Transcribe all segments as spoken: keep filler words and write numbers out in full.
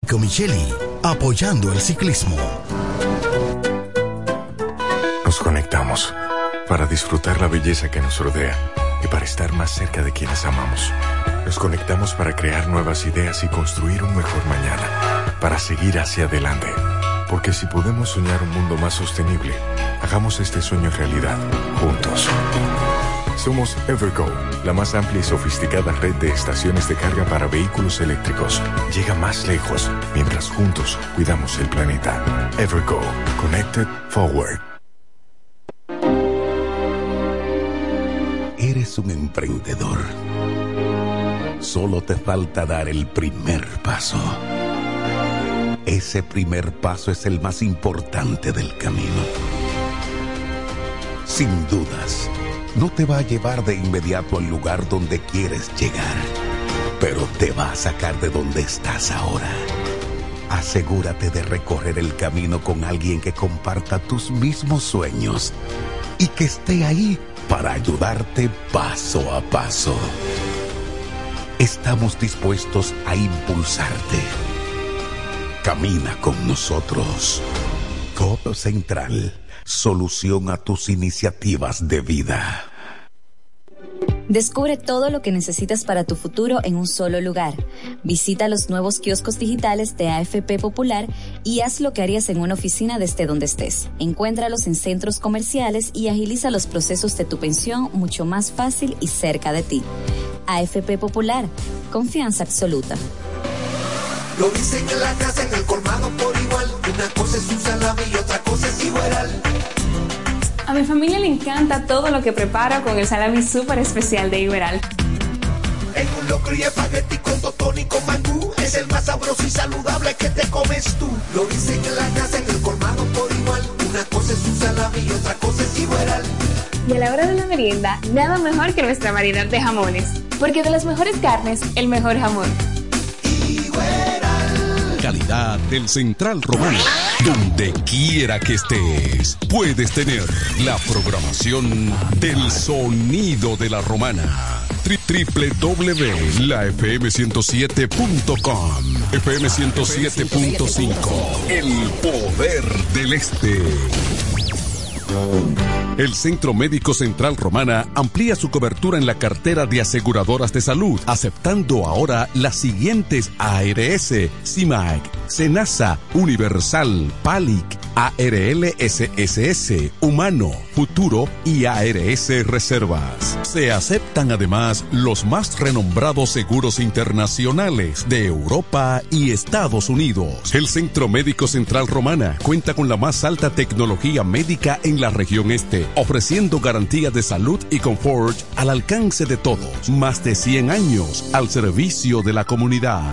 Comicheli, apoyando el ciclismo. Nos conectamos para disfrutar la belleza que nos rodea y para estar más cerca de quienes amamos. Nos conectamos para crear nuevas ideas y construir un mejor mañana, para seguir hacia adelante. Porque si podemos soñar un mundo más sostenible, hagamos este sueño realidad, juntos. Somos Evergo, la más amplia y sofisticada red de estaciones de carga para vehículos eléctricos. Llega más lejos mientras juntos cuidamos el planeta. Evergo, Connected Forward. Eres un emprendedor. Solo te falta dar el primer paso. Ese primer paso es el más importante del camino. Sin dudas, no te va a llevar de inmediato al lugar donde quieres llegar, pero te va a sacar de donde estás ahora. Asegúrate de recorrer el camino con alguien que comparta tus mismos sueños y que esté ahí para ayudarte paso a paso. Estamos dispuestos a impulsarte. Camina con nosotros. Codo Central, solución a tus iniciativas de vida. Descubre todo lo que necesitas para tu futuro en un solo lugar. Visita los nuevos kioscos digitales de A F P Popular y haz lo que harías en una oficina desde donde estés. Encuéntralos en centros comerciales y agiliza los procesos de tu pensión mucho más fácil y cerca de ti. A F P Popular, confianza absoluta. Lo dicen en la casa, en el colmado por igual. Una cosa es un salami y otra cosa es Igueral. A mi familia le encanta todo lo que prepara con el salami súper especial de Igueral. En un locro y espagueti con totón y con mangú. Es el más sabroso y saludable que te comes tú. Lo dicen en la casa, en el colmado por igual. Una cosa es un salami y otra cosa es Igueral. Y a la hora de la merienda, nada mejor que nuestra variedad de jamones. Porque de las mejores carnes, el mejor jamón. Calidad del Central Romano. Donde quiera que estés, puedes tener la programación del sonido de la Romana. doble u doble u doble u punto la f m ciento siete punto com. F M ciento siete punto cinco. El poder del este. El Centro Médico Central Romana amplía su cobertura en la cartera de aseguradoras de salud, aceptando ahora las siguientes A R S, CIMAC, SENASA, Universal, PALIC, A R L S S S, Humano, Futuro y A R S Reservas. Se aceptan además los más renombrados seguros internacionales de Europa y Estados Unidos. El Centro Médico Central Romana cuenta con la más alta tecnología médica en la región este, ofreciendo garantía de salud y confort al alcance de todos. Más de cien años al servicio de la comunidad.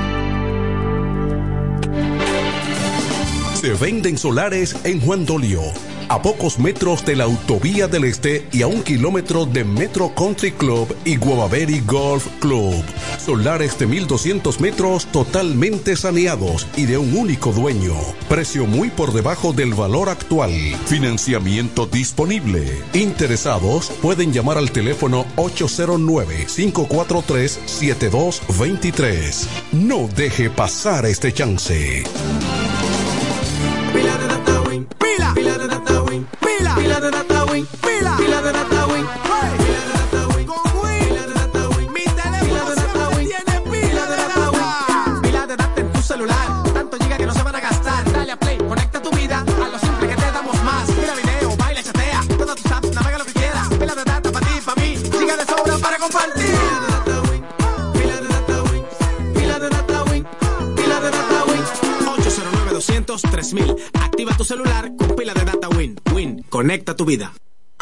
Se venden solares en Juan Dolio, a pocos metros de la Autovía del Este y a un kilómetro de Metro Country Club y Guavaberi Golf Club. Solares de mil doscientos metros totalmente saneados y de un único dueño. Precio muy por debajo del valor actual. Financiamiento disponible. Interesados pueden llamar al teléfono ocho cero nueve, cinco cuatro tres, siete dos dos tres. No deje pasar este chance. Pila de data win, pila, pila de data win, pila, pila de data win, pila, pila de data win, hey, pila de data win, con win, pila de data win, mi teléfono siempre tiene pila de data win, pila de data en tu celular, tanto giga que no se van a gastar, dale a play, conecta tu vida a lo simple que te damos más, mira video, baila, chatea, todas tus apps, navega lo que quieras, pila de data para ti, para mí, giga de sobra para compartir, pila de data win, pila de data win, pila de data win, pila de data win, ocho cero nueve, doscientos, tres mil. Activa tu celular con pila de data Win. Win, conecta tu vida.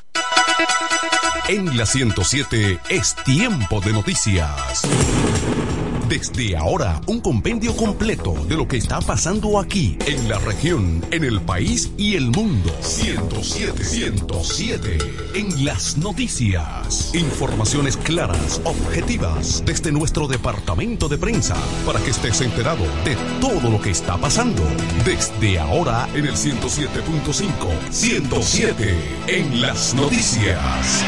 En la ciento siete es tiempo de noticias. Desde ahora, un compendio completo de lo que está pasando aquí, en la región, en el país y el mundo. ciento siete, ciento siete. En las noticias. Informaciones claras, objetivas, desde nuestro departamento de prensa, para que estés enterado de todo lo que está pasando. Desde ahora, en el ciento siete punto cinco. ciento siete. En las noticias.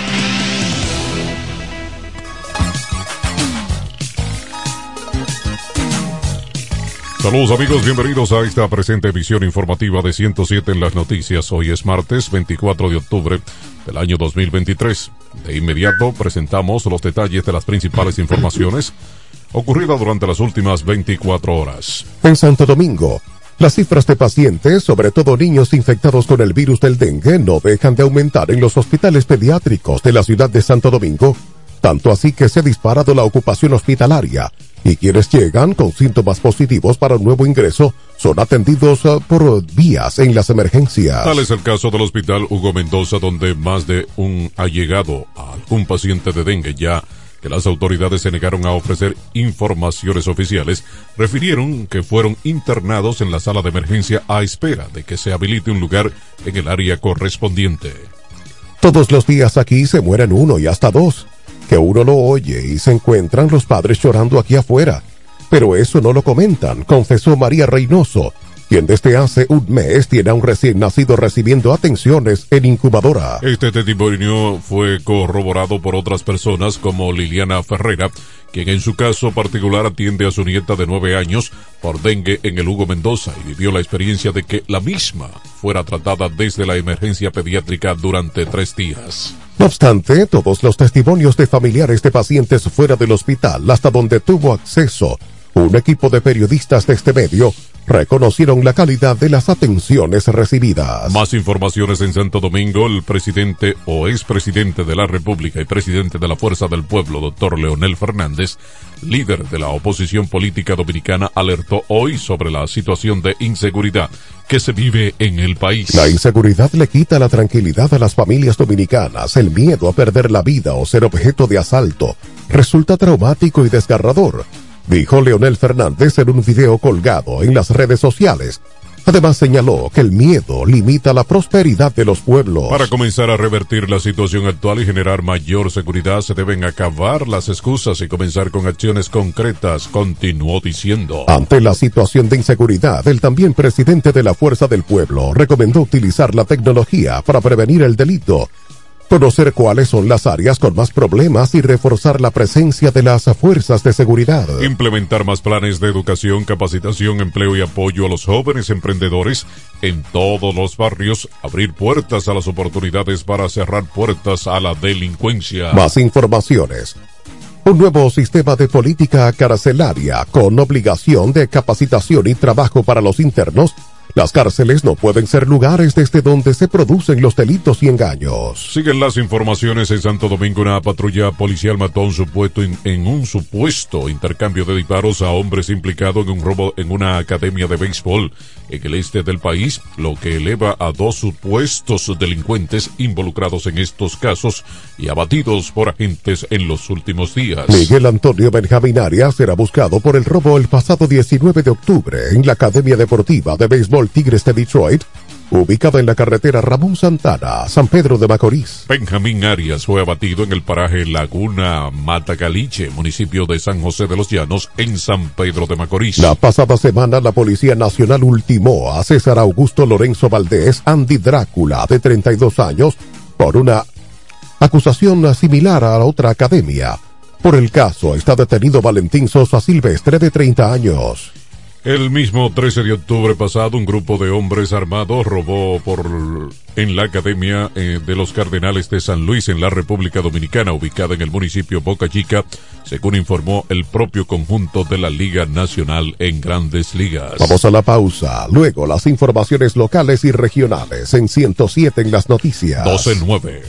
Saludos amigos, bienvenidos a esta presente edición informativa de ciento siete en las noticias. Hoy es martes veinticuatro de octubre del año dos mil veintitrés. De inmediato presentamos los detalles de las principales informaciones ocurridas durante las últimas veinticuatro horas. En Santo Domingo, las cifras de pacientes, sobre todo niños infectados con el virus del dengue, no dejan de aumentar en los hospitales pediátricos de la ciudad de Santo Domingo, tanto así que se ha disparado la ocupación hospitalaria, y quienes llegan con síntomas positivos para un nuevo ingreso son atendidos uh, por vías en las emergencias. Tal es el caso del Hospital Hugo Mendoza, donde más de un allegado a algún paciente de dengue, ya que las autoridades se negaron a ofrecer informaciones oficiales, refirieron que fueron internados en la sala de emergencia a espera de que se habilite un lugar en el área correspondiente. Todos los días aquí se mueren uno y hasta dos, que uno lo oye y se encuentran los padres llorando aquí afuera. Pero eso no lo comentan, confesó María Reynoso, quien desde hace un mes tiene a un recién nacido recibiendo atenciones en incubadora. Este testimonio fue corroborado por otras personas como Liliana Ferreira, quien en su caso particular atiende a su nieta de nueve años por dengue en el Hugo Mendoza y vivió la experiencia de que la misma fuera tratada desde la emergencia pediátrica durante tres días. No obstante, todos los testimonios de familiares de pacientes fuera del hospital, hasta donde tuvo acceso un equipo de periodistas de este medio, reconocieron la calidad de las atenciones recibidas. Más informaciones en Santo Domingo. El presidente o expresidente de la República y presidente de la Fuerza del Pueblo, doctor Leonel Fernández, líder de la oposición política dominicana, alertó hoy sobre la situación de inseguridad que se vive en el país. La inseguridad le quita la tranquilidad a las familias dominicanas. El miedo a perder la vida o ser objeto de asalto resulta traumático y desgarrador, dijo Leonel Fernández en un video colgado en las redes sociales. Además señaló que el miedo limita la prosperidad de los pueblos. Para comenzar a revertir la situación actual y generar mayor seguridad, se deben acabar las excusas y comenzar con acciones concretas, continuó diciendo. Ante la situación de inseguridad, el también presidente de la Fuerza del Pueblo recomendó utilizar la tecnología para prevenir el delito, conocer cuáles son las áreas con más problemas y reforzar la presencia de las fuerzas de seguridad. Implementar más planes de educación, capacitación, empleo y apoyo a los jóvenes emprendedores en todos los barrios. Abrir puertas a las oportunidades para cerrar puertas a la delincuencia. Más informaciones. Un nuevo sistema de política carcelaria con obligación de capacitación y trabajo para los internos. Las cárceles no pueden ser lugares desde donde se producen los delitos y engaños. Siguen las informaciones en Santo Domingo. Una patrulla policial mató un supuesto in, en un supuesto intercambio de disparos a hombres implicados en un robo en una academia de béisbol en el este del país, lo que eleva a dos supuestos delincuentes involucrados en estos casos y abatidos por agentes en los últimos días. Miguel Antonio Benjamín Arias será buscado por el robo el pasado diecinueve de octubre en la Academia Deportiva de Béisbol Tigres de Detroit, ubicada en la carretera Ramón Santana, San Pedro de Macorís. Benjamín Arias fue abatido en el paraje Laguna Matacaliche, municipio de San José de los Llanos, en San Pedro de Macorís. La pasada semana la Policía Nacional ultimó a César Augusto Lorenzo Valdés, Andy Drácula, de treinta y dos años, por una acusación similar a la otra academia. Por el caso está detenido Valentín Sosa Silvestre, de treinta años. El mismo trece de octubre pasado, un grupo de hombres armados robó por en la Academia eh, de los Cardenales de San Luis en la República Dominicana, ubicada en el municipio Boca Chica, según informó el propio conjunto de la Liga Nacional en Grandes Ligas. Vamos a la pausa, luego las informaciones locales y regionales en ciento siete en las noticias. doce nueve.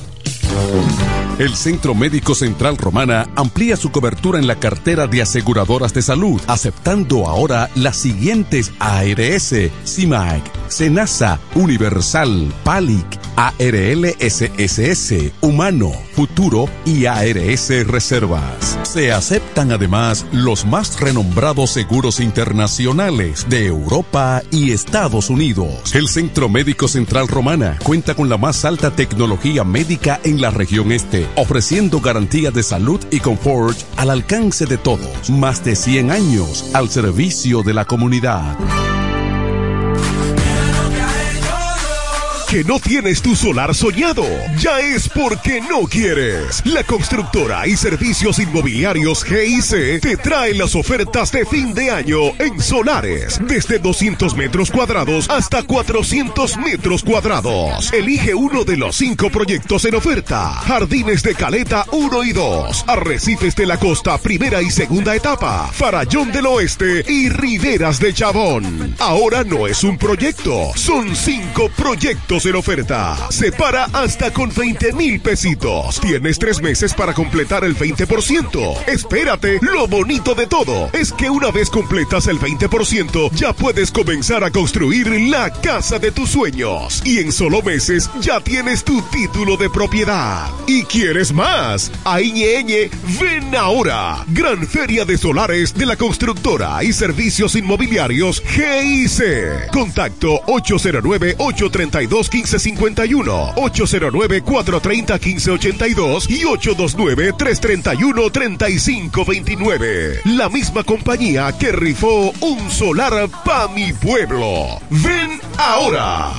El Centro Médico Central Romana amplía su cobertura en la cartera de aseguradoras de salud, aceptando ahora las siguientes A R S, CIMAC, SENASA, Universal, PALIC, A R L S S S, Humano, Futuro y A R S Reservas. Se aceptan además los más renombrados seguros internacionales de Europa y Estados Unidos. El Centro Médico Central Romana cuenta con la más alta tecnología médica en la región este, ofreciendo garantía de salud y confort al alcance de todos. Más de cien años al servicio de la comunidad. que no tienes tu solar soñado, ya es porque no quieres. La constructora y servicios inmobiliarios G I C te trae las ofertas de fin de año en solares, desde doscientos metros cuadrados hasta cuatrocientos metros cuadrados. Elige uno de los cinco proyectos en oferta. Jardines de Caleta uno y dos, Arrecifes de la Costa primera y segunda etapa, Farallón del Oeste y Riberas de Chabón. Ahora no es un proyecto, son cinco proyectos en oferta. Separa hasta con veinte mil pesitos. Tienes tres meses para completar el veinte por ciento. Espérate, lo bonito de todo es que una vez completas el veinte por ciento, ya puedes comenzar a construir la casa de tus sueños. Y en solo meses ya tienes tu título de propiedad. ¿Y quieres más? ¡Ay, ñeñe! ¡Ven ahora! Gran Feria de Solares de la Constructora y Servicios Inmobiliarios G I C. Contacto ocho cero nueve, ocho tres dos, uno cinco cinco uno, ocho cero nueve, cuatro tres cero, uno cinco ocho dos y ocho dos nueve, tres tres uno, tres cinco dos nueve. La misma compañía que rifó un solar pa' mi pueblo. ¡Ven ahora!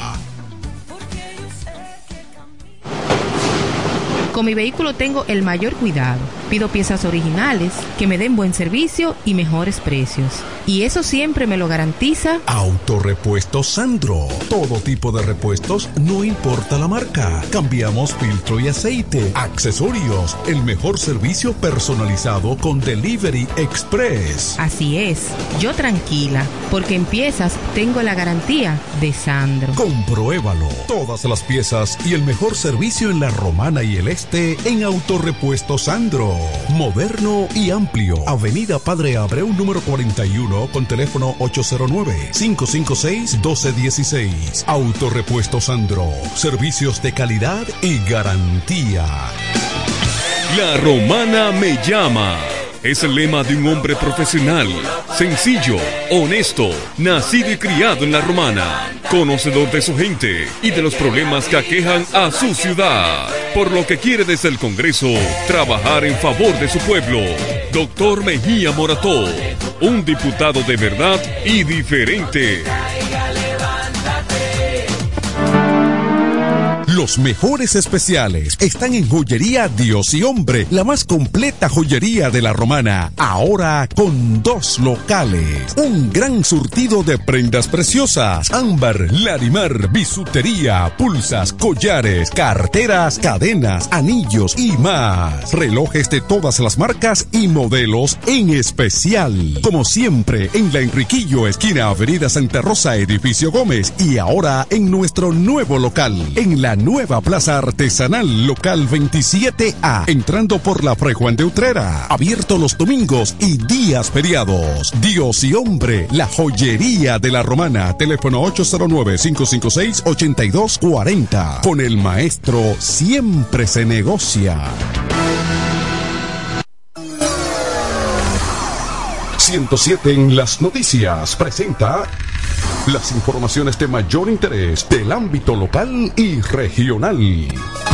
Con mi vehículo tengo el mayor cuidado. Pido piezas originales, que me den buen servicio y mejores precios. Y eso siempre me lo garantiza Autorepuestos Sandro. Todo tipo de repuestos, no importa la marca. Cambiamos filtro y aceite, accesorios, el mejor servicio personalizado con Delivery Express. Así es, yo tranquila, porque en piezas tengo la garantía de Sandro. Compruébalo. Todas las piezas y el mejor servicio en la Romana y el Este en Autorepuestos Sandro. Moderno y amplio. Avenida Padre Abreu número cuarenta y uno con teléfono ocho cero nueve, cinco cinco seis, uno dos uno seis. Autorepuestos Sandro. Servicios de calidad y garantía. La Romana me llama. Es el lema de un hombre profesional, sencillo, honesto, nacido y criado en La Romana, conocedor de su gente y de los problemas que aquejan a su ciudad, por lo que quiere desde el Congreso trabajar en favor de su pueblo. Doctor Mejía Morató, un diputado de verdad y diferente. Los mejores especiales están en Joyería Dios y Hombre, la más completa joyería de La Romana, ahora con dos locales. Un gran surtido de prendas preciosas, ámbar, larimar, bisutería, pulsas, collares, carteras, cadenas, anillos y más. Relojes de todas las marcas y modelos en especial. Como siempre, en La Enriquillo, esquina Avenida Santa Rosa, edificio Gómez, y ahora en nuestro nuevo local, en la nueva Plaza Artesanal Local veintisiete A, entrando por la Fray Juan de Utrera. Abierto los domingos y días feriados. Dios y Hombre, la joyería de La Romana. Teléfono ocho cero nueve, cinco cinco seis, ocho dos cuatro cero. Con el maestro siempre se negocia. ciento siete en las noticias presenta las informaciones de mayor interés del ámbito local y regional.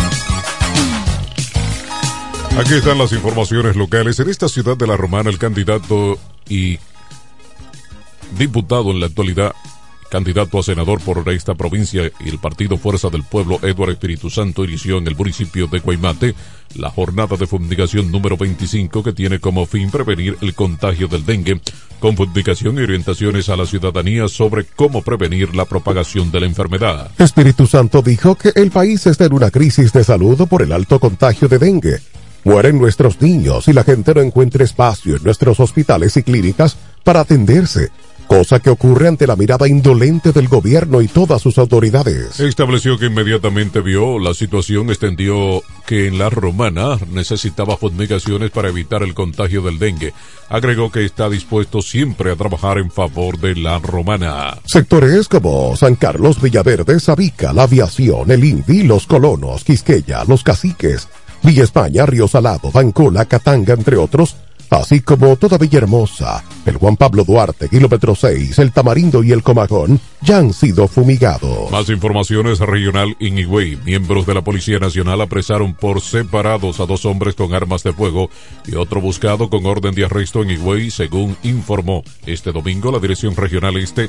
Aquí están las informaciones locales. En esta ciudad de La Romana, el candidato y diputado en la actualidad, candidato a senador por esta provincia y el partido Fuerza del Pueblo, Eduardo Espíritu Santo, inició en el municipio de Guaymate la jornada de fumigación número veinticinco, que tiene como fin prevenir el contagio del dengue, con fumigación y orientaciones a la ciudadanía sobre cómo prevenir la propagación de la enfermedad. Espíritu Santo dijo que el país está en una crisis de salud por el alto contagio de dengue. Mueren nuestros niños y la gente no encuentra espacio en nuestros hospitales y clínicas para atenderse, cosa que ocurre ante la mirada indolente del gobierno y todas sus autoridades. Estableció que inmediatamente vio la situación, extendió que en La Romana necesitaba fumigaciones para evitar el contagio del dengue. Agregó que está dispuesto siempre a trabajar en favor de La Romana. Sectores como San Carlos, Villaverde, Sabica, La Aviación, El Invi, Los Colonos, Quisqueya, Los Caciques, Villa España, Río Salado, Bancola, Catanga, entre otros, así como toda Villahermosa, el Juan Pablo Duarte, kilómetro seis, el Tamarindo y el Comajón, ya han sido fumigados. Más informaciones regional en Higüey. Miembros de la Policía Nacional apresaron por separados a dos hombres con armas de fuego y otro buscado con orden de arresto en Higüey, según informó este domingo la Dirección Regional Este,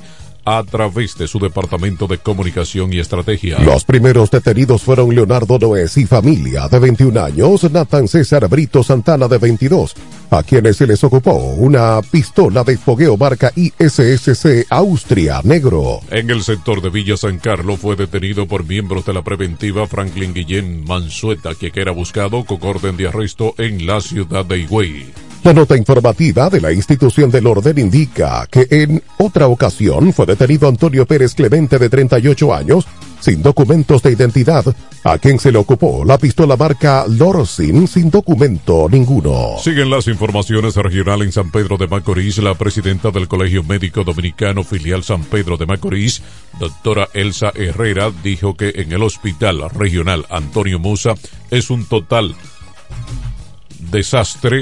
a través de su Departamento de Comunicación y Estrategia. Los primeros detenidos fueron Leonardo Noés y familia, de veintiún años, Nathan César Brito Santana, de veintidós, a quienes se les ocupó una pistola de fogueo marca I S S C Austria Negro. En el sector de Villa San Carlos fue detenido por miembros de la preventiva Franklin Guillén Mansueta, quien era buscado con orden de arresto en la ciudad de Higüey. La nota informativa de la institución del orden indica que en otra ocasión fue detenido Antonio Pérez Clemente, de treinta y ocho años, sin documentos de identidad, a quien se le ocupó la pistola marca Lorsin sin documento ninguno. Siguen las informaciones regionales en San Pedro de Macorís. La presidenta del Colegio Médico Dominicano Filial San Pedro de Macorís, doctora Elsa Herrera, dijo que en el Hospital Regional Antonio Musa es un total desastre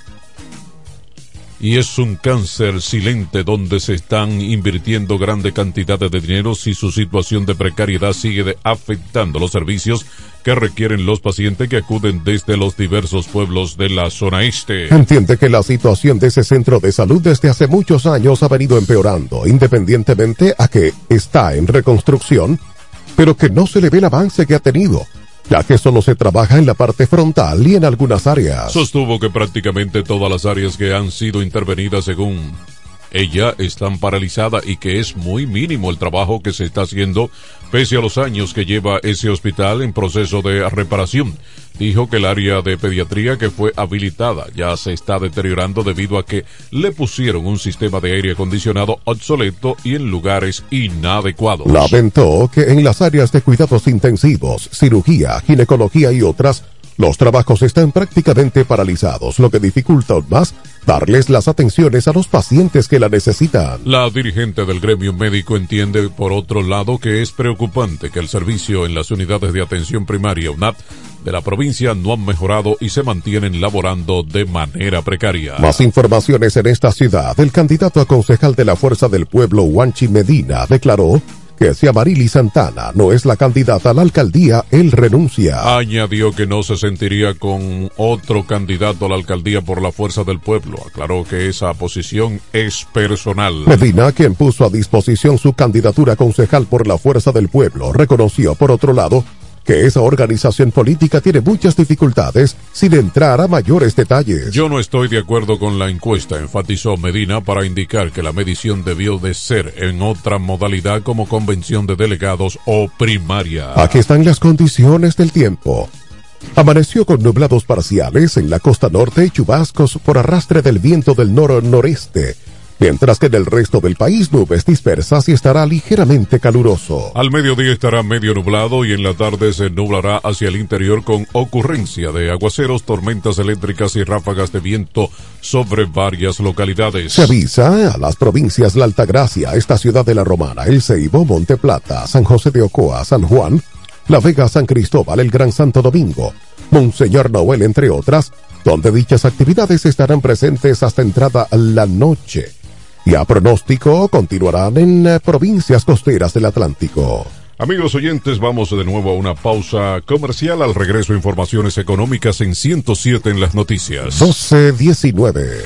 y es un cáncer silente donde se están invirtiendo grandes cantidades de dinero si su situación de precariedad sigue de afectando los servicios que requieren los pacientes que acuden desde los diversos pueblos de la zona este. Entiende que la situación de ese centro de salud desde hace muchos años ha venido empeorando, independientemente a que está en reconstrucción, pero que no se le ve el avance que ha tenido, ya que solo se trabaja en la parte frontal y en algunas áreas. Sostuvo que prácticamente todas las áreas que han sido intervenidas, según ella, están paralizadas y que es muy mínimo el trabajo que se está haciendo pese a los años que lleva ese hospital en proceso de reparación. Dijo que el área de pediatría que fue habilitada ya se está deteriorando debido a que le pusieron un sistema de aire acondicionado obsoleto y en lugares inadecuados. Lamentó que en las áreas de cuidados intensivos, cirugía, ginecología y otras, los trabajos están prácticamente paralizados, lo que dificulta aún más darles las atenciones a los pacientes que la necesitan. La dirigente del gremio médico entiende, por otro lado, que es preocupante que el servicio en las unidades de atención primaria U N A P de la provincia no han mejorado y se mantienen laborando de manera precaria. Más informaciones en esta ciudad. El candidato a concejal de la Fuerza del Pueblo, Juanchi Medina, declaró que si Amarili Santana no es la candidata a la alcaldía, él renuncia. Añadió que no se sentiría con otro candidato a la alcaldía por la Fuerza del Pueblo. Aclaró que esa posición es personal. Medina, quien puso a disposición su candidatura a concejal por la Fuerza del Pueblo, reconoció, por otro lado, que esa organización política tiene muchas dificultades, sin entrar a mayores detalles. Yo no estoy de acuerdo con la encuesta, enfatizó Medina, para indicar que la medición debió de ser en otra modalidad como convención de delegados o primaria. Aquí están las condiciones del tiempo. Amaneció con nublados parciales en la costa norte y chubascos por arrastre del viento del nor-noreste, mientras que en el resto del país nubes dispersas y estará ligeramente caluroso. Al mediodía estará medio nublado y en la tarde se nublará hacia el interior con ocurrencia de aguaceros, tormentas eléctricas y ráfagas de viento sobre varias localidades. Se avisa a las provincias La Altagracia, esta ciudad de la Romana, El Ceibo, Monte Plata, San José de Ocoa, San Juan, La Vega, San Cristóbal, el Gran Santo Domingo, Monseñor Noel, entre otras, donde dichas actividades estarán presentes hasta entrada la noche. Y a pronóstico continuarán en eh, provincias costeras del Atlántico. Amigos oyentes, vamos de nuevo a una pausa comercial. Al regreso, informaciones económicas en ciento siete en las noticias. doce diecinueve.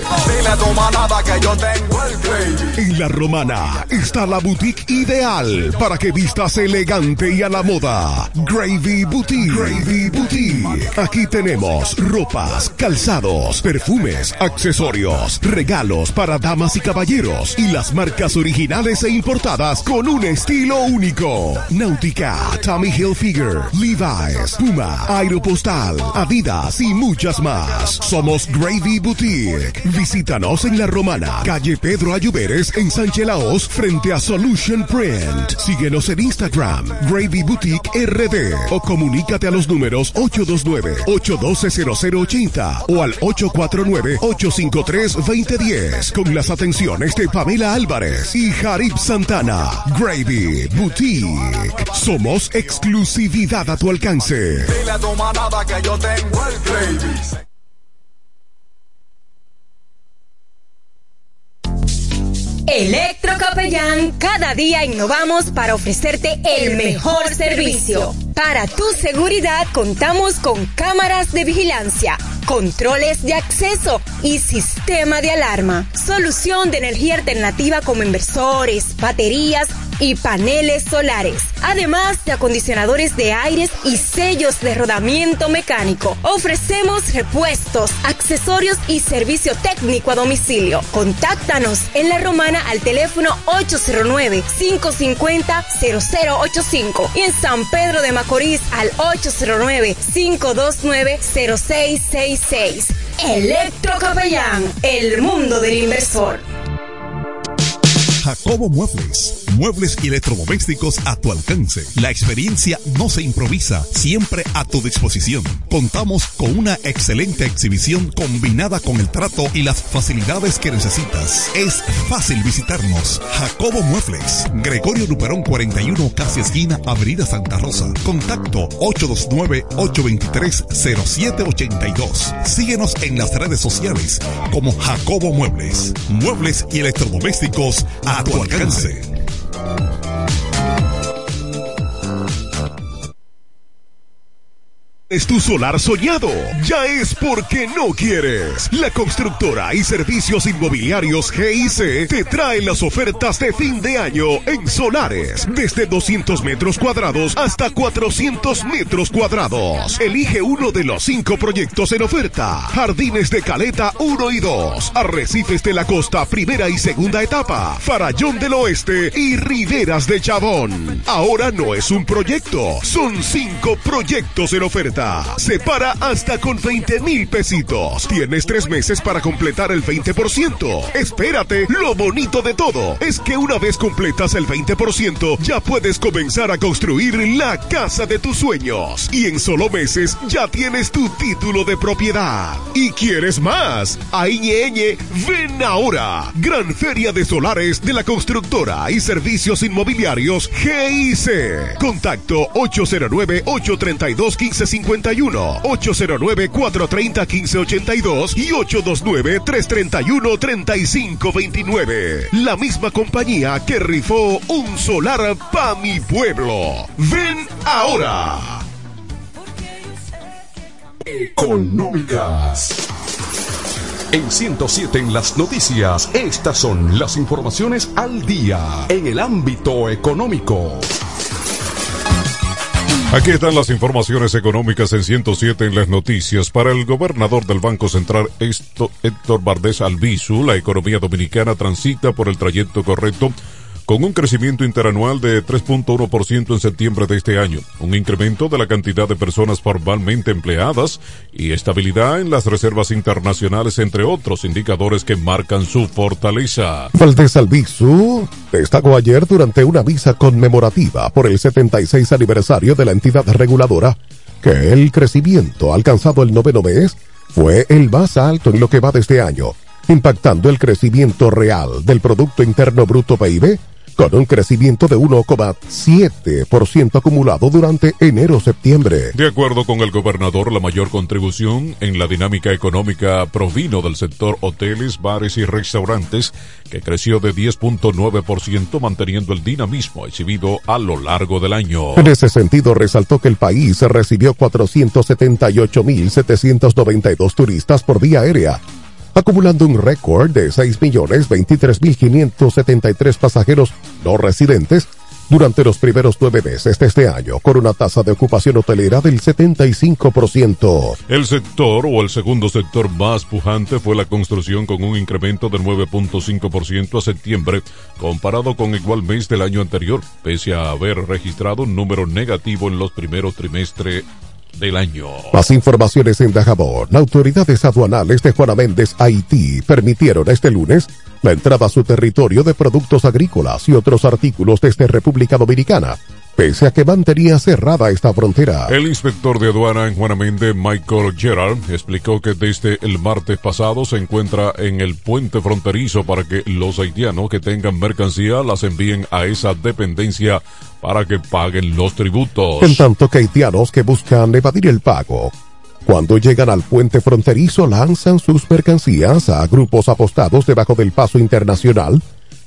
En La Romana está la boutique ideal para que vistas elegante y a la moda. Gravy Boutique. Gravy Boutique. Aquí tenemos ropas, calzados, perfumes, accesorios, regalos para damas y caballeros y las marcas originales e importadas con un estilo único. Náutica, Tommy Hilfiger, Levi's, Puma, Aeropostal, Adidas y muchas más. Somos Gravy Boutique. Visítanos en La Romana, calle Pedro Ayuberes, en Sánchez Laos, frente a Solution Print. Síguenos en Instagram, Gravy Boutique R D, o comunícate a los números ocho dos nueve, ocho uno dos, cero cero ocho cero o al ocho cuatro nueve, ocho cinco tres, dos cero uno cero con las atenciones de Pamela Álvarez y Jarib Santana. Gravy Boutique. Somos exclusividad a tu alcance. Dile a tu manada que yo tengo el Gravy. Electrocapellán, cada día innovamos para ofrecerte el mejor servicio. Para tu seguridad contamos con cámaras de vigilancia, controles de acceso y sistema de alarma. Solución de energía alternativa como inversores, baterías y paneles solares. Además de acondicionadores de aires y sellos de rodamiento mecánico. Ofrecemos repuestos, accesorios y servicio técnico a domicilio. Contáctanos en La Romana al teléfono ocho cero nueve, cinco cinco cero, cero cero ocho cinco y en San Pedro de Macorís al ocho cero nueve, cinco dos nueve, cero seis seis seis. Electrocapellán, el mundo del inversor. Jacobo Muebles. Muebles y electrodomésticos a tu alcance. La experiencia no se improvisa, siempre a tu disposición. Contamos con una excelente exhibición combinada con el trato y las facilidades que necesitas. Es fácil visitarnos. Jacobo Muebles. Gregorio Luperón cuarenta y uno, casi esquina, Avenida Santa Rosa. Contacto ocho dos nueve, ocho dos tres, cero siete ocho dos. Síguenos en las redes sociales como Jacobo Muebles. Muebles y electrodomésticos a tu alcance. ¿Es tu solar soñado? Ya es porque no quieres. La constructora y servicios inmobiliarios G I C te trae las ofertas de fin de año en solares. Desde doscientos metros cuadrados hasta cuatrocientos metros cuadrados. Elige uno de los cinco proyectos en oferta. Jardines de Caleta uno y dos. Arrecifes de la Costa primera y segunda etapa. Farallón del Oeste y Riberas de Chabón. Ahora no es un proyecto, son cinco proyectos en oferta. Separa hasta con veinte mil pesitos. Tienes tres meses para completar el veinte por ciento. Espérate, lo bonito de todo es que una vez completas el veinte por ciento, ya puedes comenzar a construir la casa de tus sueños. Y en solo meses ya tienes tu título de propiedad. ¿Y quieres más? Ahí ñeñe, ven ahora. Gran Feria de Solares de la Constructora y Servicios Inmobiliarios G I C. Contacto ocho cero nueve, ocho tres dos, uno cinco cinco uno, ocho cero nueve, cuatro tres cero, uno cinco ocho dos y ocho dos nueve, tres tres uno, tres cinco dos nueve. La misma compañía que rifó un solar pa' mi pueblo. ¡Ven ahora! Económicas. En ciento siete en las noticias, estas son las informaciones al día en el ámbito económico. Aquí están las informaciones económicas en ciento siete en las noticias. Para el gobernador del Banco Central, Héctor Valdés Albizu, la economía dominicana transita por el trayecto correcto con un crecimiento interanual de tres punto uno por ciento en septiembre de este año, un incremento de la cantidad de personas formalmente empleadas y estabilidad en las reservas internacionales, entre otros indicadores que marcan su fortaleza. Valdés Albizu destacó ayer durante una misa conmemorativa por el setenta y seis aniversario de la entidad reguladora que el crecimiento alcanzado el noveno mes fue el más alto en lo que va de este año, impactando el crecimiento real del Producto Interno Bruto P I B con un crecimiento de uno coma siete por ciento acumulado durante enero-septiembre. De acuerdo con el gobernador, la mayor contribución en la dinámica económica provino del sector hoteles, bares y restaurantes, que creció de diez punto nueve por ciento, manteniendo el dinamismo exhibido a lo largo del año. En ese sentido, resaltó que el país recibió cuatrocientos setenta y ocho mil setecientos noventa y dos turistas por vía aérea, acumulando un récord de seis millones veintitrés mil quinientos setenta y tres pasajeros no residentes durante los primeros nueve meses de este año, con una tasa de ocupación hotelera del setenta y cinco por ciento. El sector o el segundo sector más pujante fue la construcción, con un incremento del nueve punto cinco por ciento a septiembre, comparado con igual mes del año anterior, pese a haber registrado un número negativo en los primeros trimestres del año. Más informaciones en Dajabón. Autoridades aduanales de Juana Méndez, Haití, permitieron este lunes la entrada a su territorio de productos agrícolas y otros artículos desde República Dominicana, pese a que mantenía cerrada esta frontera. El inspector de aduana en Juana Méndez, Michael Gerard, explicó que desde el martes pasado se encuentra en el puente fronterizo para que los haitianos que tengan mercancía las envíen a esa dependencia para que paguen los tributos. En tanto que haitianos que buscan evadir el pago, cuando llegan al puente fronterizo, lanzan sus mercancías a grupos apostados debajo del paso internacional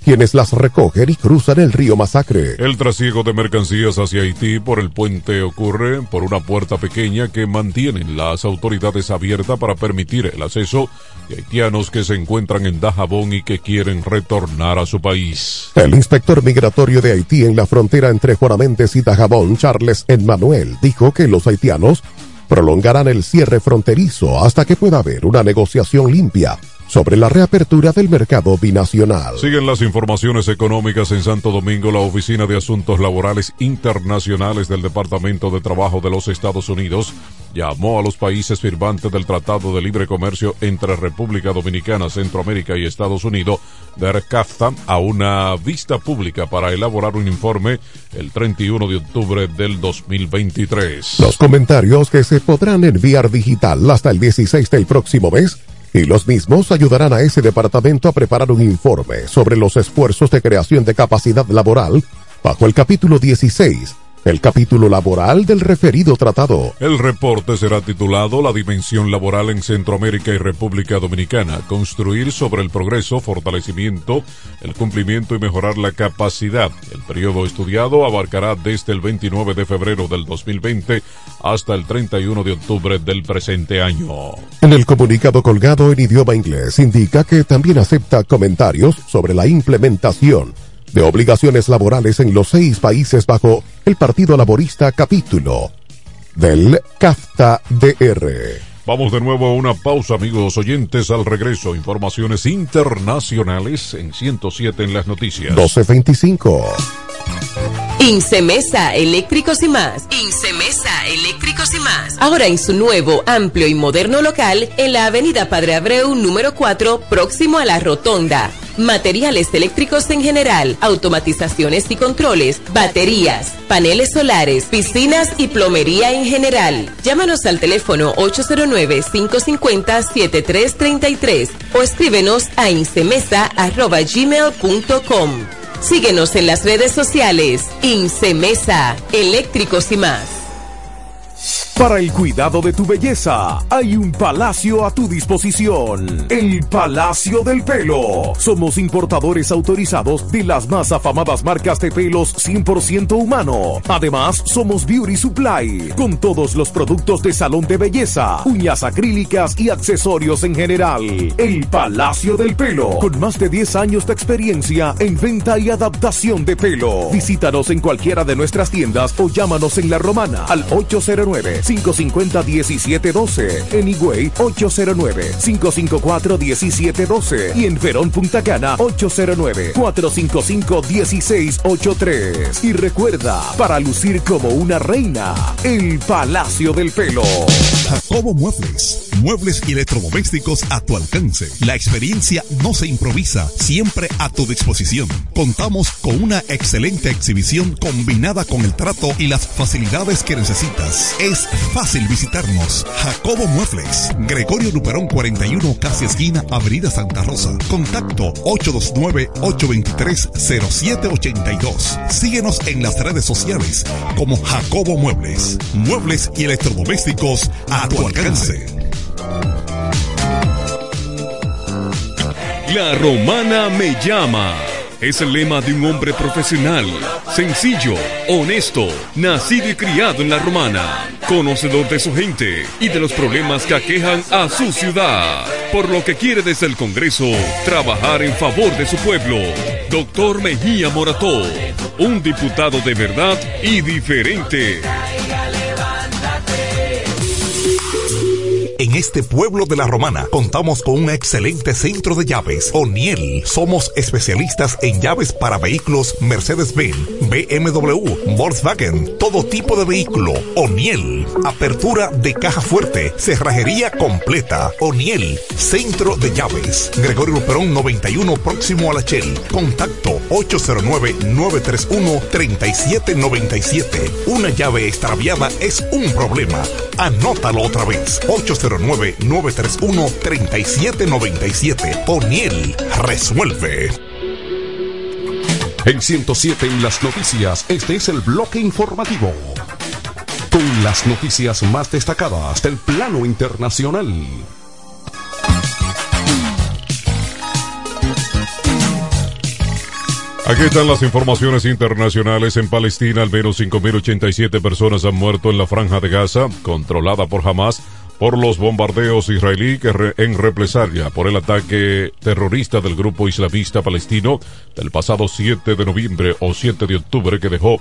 quienes las recogen y cruzan el río Masacre. El trasiego de mercancías hacia Haití por el puente ocurre por una puerta pequeña que mantienen las autoridades abierta para permitir el acceso de haitianos que se encuentran en Dajabón y que quieren retornar a su país. El inspector migratorio de Haití en la frontera entre Juana Méndez y Dajabón, Charles Emmanuel, dijo que los haitianos prolongarán el cierre fronterizo hasta que pueda haber una negociación limpia sobre la reapertura del mercado binacional. Siguen las informaciones económicas en Santo Domingo. La Oficina de Asuntos Laborales Internacionales del Departamento de Trabajo de los Estados Unidos llamó a los países firmantes del Tratado de Libre Comercio entre República Dominicana, Centroamérica y Estados Unidos, del CAFTA, a una vista pública para elaborar un informe el treinta y uno de octubre del dos mil veintitrés. Los comentarios que se podrán enviar digital hasta el dieciséis del próximo mes, y los mismos ayudarán a ese departamento a preparar un informe sobre los esfuerzos de creación de capacidad laboral bajo el capítulo dieciséis, el capítulo laboral del referido tratado. El reporte será titulado La dimensión laboral en Centroamérica y República Dominicana, construir sobre el progreso, fortalecimiento, el cumplimiento y mejorar la capacidad. El periodo estudiado abarcará desde el veintinueve de febrero del dos mil veinte hasta el treinta y uno de octubre del presente año. En el comunicado colgado en idioma inglés indica que también acepta comentarios sobre la implementación de obligaciones laborales en los seis países bajo el Partido Laborista capítulo del CAFTA-D R. Vamos de nuevo a una pausa, amigos oyentes. Al regreso, informaciones internacionales en ciento siete en las noticias. doce veinticinco. Incemesa Eléctricos y Más. Incemesa Eléctricos y Más. Ahora en su nuevo, amplio y moderno local en la avenida Padre Abreu número cuatro, próximo a la Rotonda. Materiales eléctricos en general, automatizaciones y controles, baterías, paneles solares, piscinas y plomería en general. Llámanos al teléfono ocho cero nueve, cinco cinco cero, siete tres tres tres o escríbenos a incemesa arroba gmail punto com. Síguenos en las redes sociales. Incemesa, Eléctricos y Más. Para el cuidado de tu belleza, hay un palacio a tu disposición. El Palacio del Pelo. Somos importadores autorizados de las más afamadas marcas de pelos cien por ciento humano. Además, somos Beauty Supply, con todos los productos de salón de belleza, uñas acrílicas y accesorios en general. El Palacio del Pelo, con más de diez años de experiencia en venta y adaptación de pelo. Visítanos en cualquiera de nuestras tiendas o llámanos en La Romana al ocho cero nueve, cinco cinco cero, uno siete uno dos, en Higüey ocho cero nueve, cinco cinco cuatro, uno siete uno dos y en Verón Punta Cana ocho cero nueve, cuatro cinco cinco, uno seis ocho tres. Y recuerda, para lucir como una reina, el Palacio del Pelo. Jacobo Muebles, muebles y electrodomésticos a tu alcance. La experiencia no se improvisa, siempre a tu disposición. Contamos con una excelente exhibición combinada con el trato y las facilidades que necesitas. Es fácil visitarnos. Jacobo Muebles, Gregorio Luperón cuarenta y uno, casi esquina, Avenida Santa Rosa. Contacto ocho dos nueve, ocho dos tres, cero siete ocho dos. Síguenos en las redes sociales como Jacobo Muebles. Muebles y electrodomésticos a tu alcance. La Romana me llama. Es el lema de un hombre profesional, sencillo, honesto, nacido y criado en La Romana, conocedor de su gente y de los problemas que aquejan a su ciudad, por lo que quiere desde el Congreso trabajar en favor de su pueblo. Doctor Mejía Morató, un diputado de verdad y diferente. En este pueblo de La Romana contamos con un excelente centro de llaves, O'Neill. Somos especialistas en llaves para vehículos Mercedes-Benz, B M W, Volkswagen, todo tipo de vehículo. O'Neill. Apertura de caja fuerte, cerrajería completa. O'Neill, centro de llaves. Gregorio Luperón noventa y uno, próximo a la Shell. Contacto ocho cero nueve, nueve tres uno, tres siete nueve siete. Una llave extraviada es un problema. Anótalo otra vez. ocho cero nueve, nueve tres uno, tres siete nueve siete. O'Neill resuelve. En ciento siete en las noticias, este es el bloque informativo, con las noticias más destacadas del plano internacional. Aquí están las informaciones internacionales. En Palestina, al menos cinco mil ochenta y siete personas han muerto en la franja de Gaza, controlada por Hamas, por los bombardeos israelí que re, en represalia por el ataque terrorista del grupo islamista palestino del pasado siete de noviembre o siete de octubre, que dejó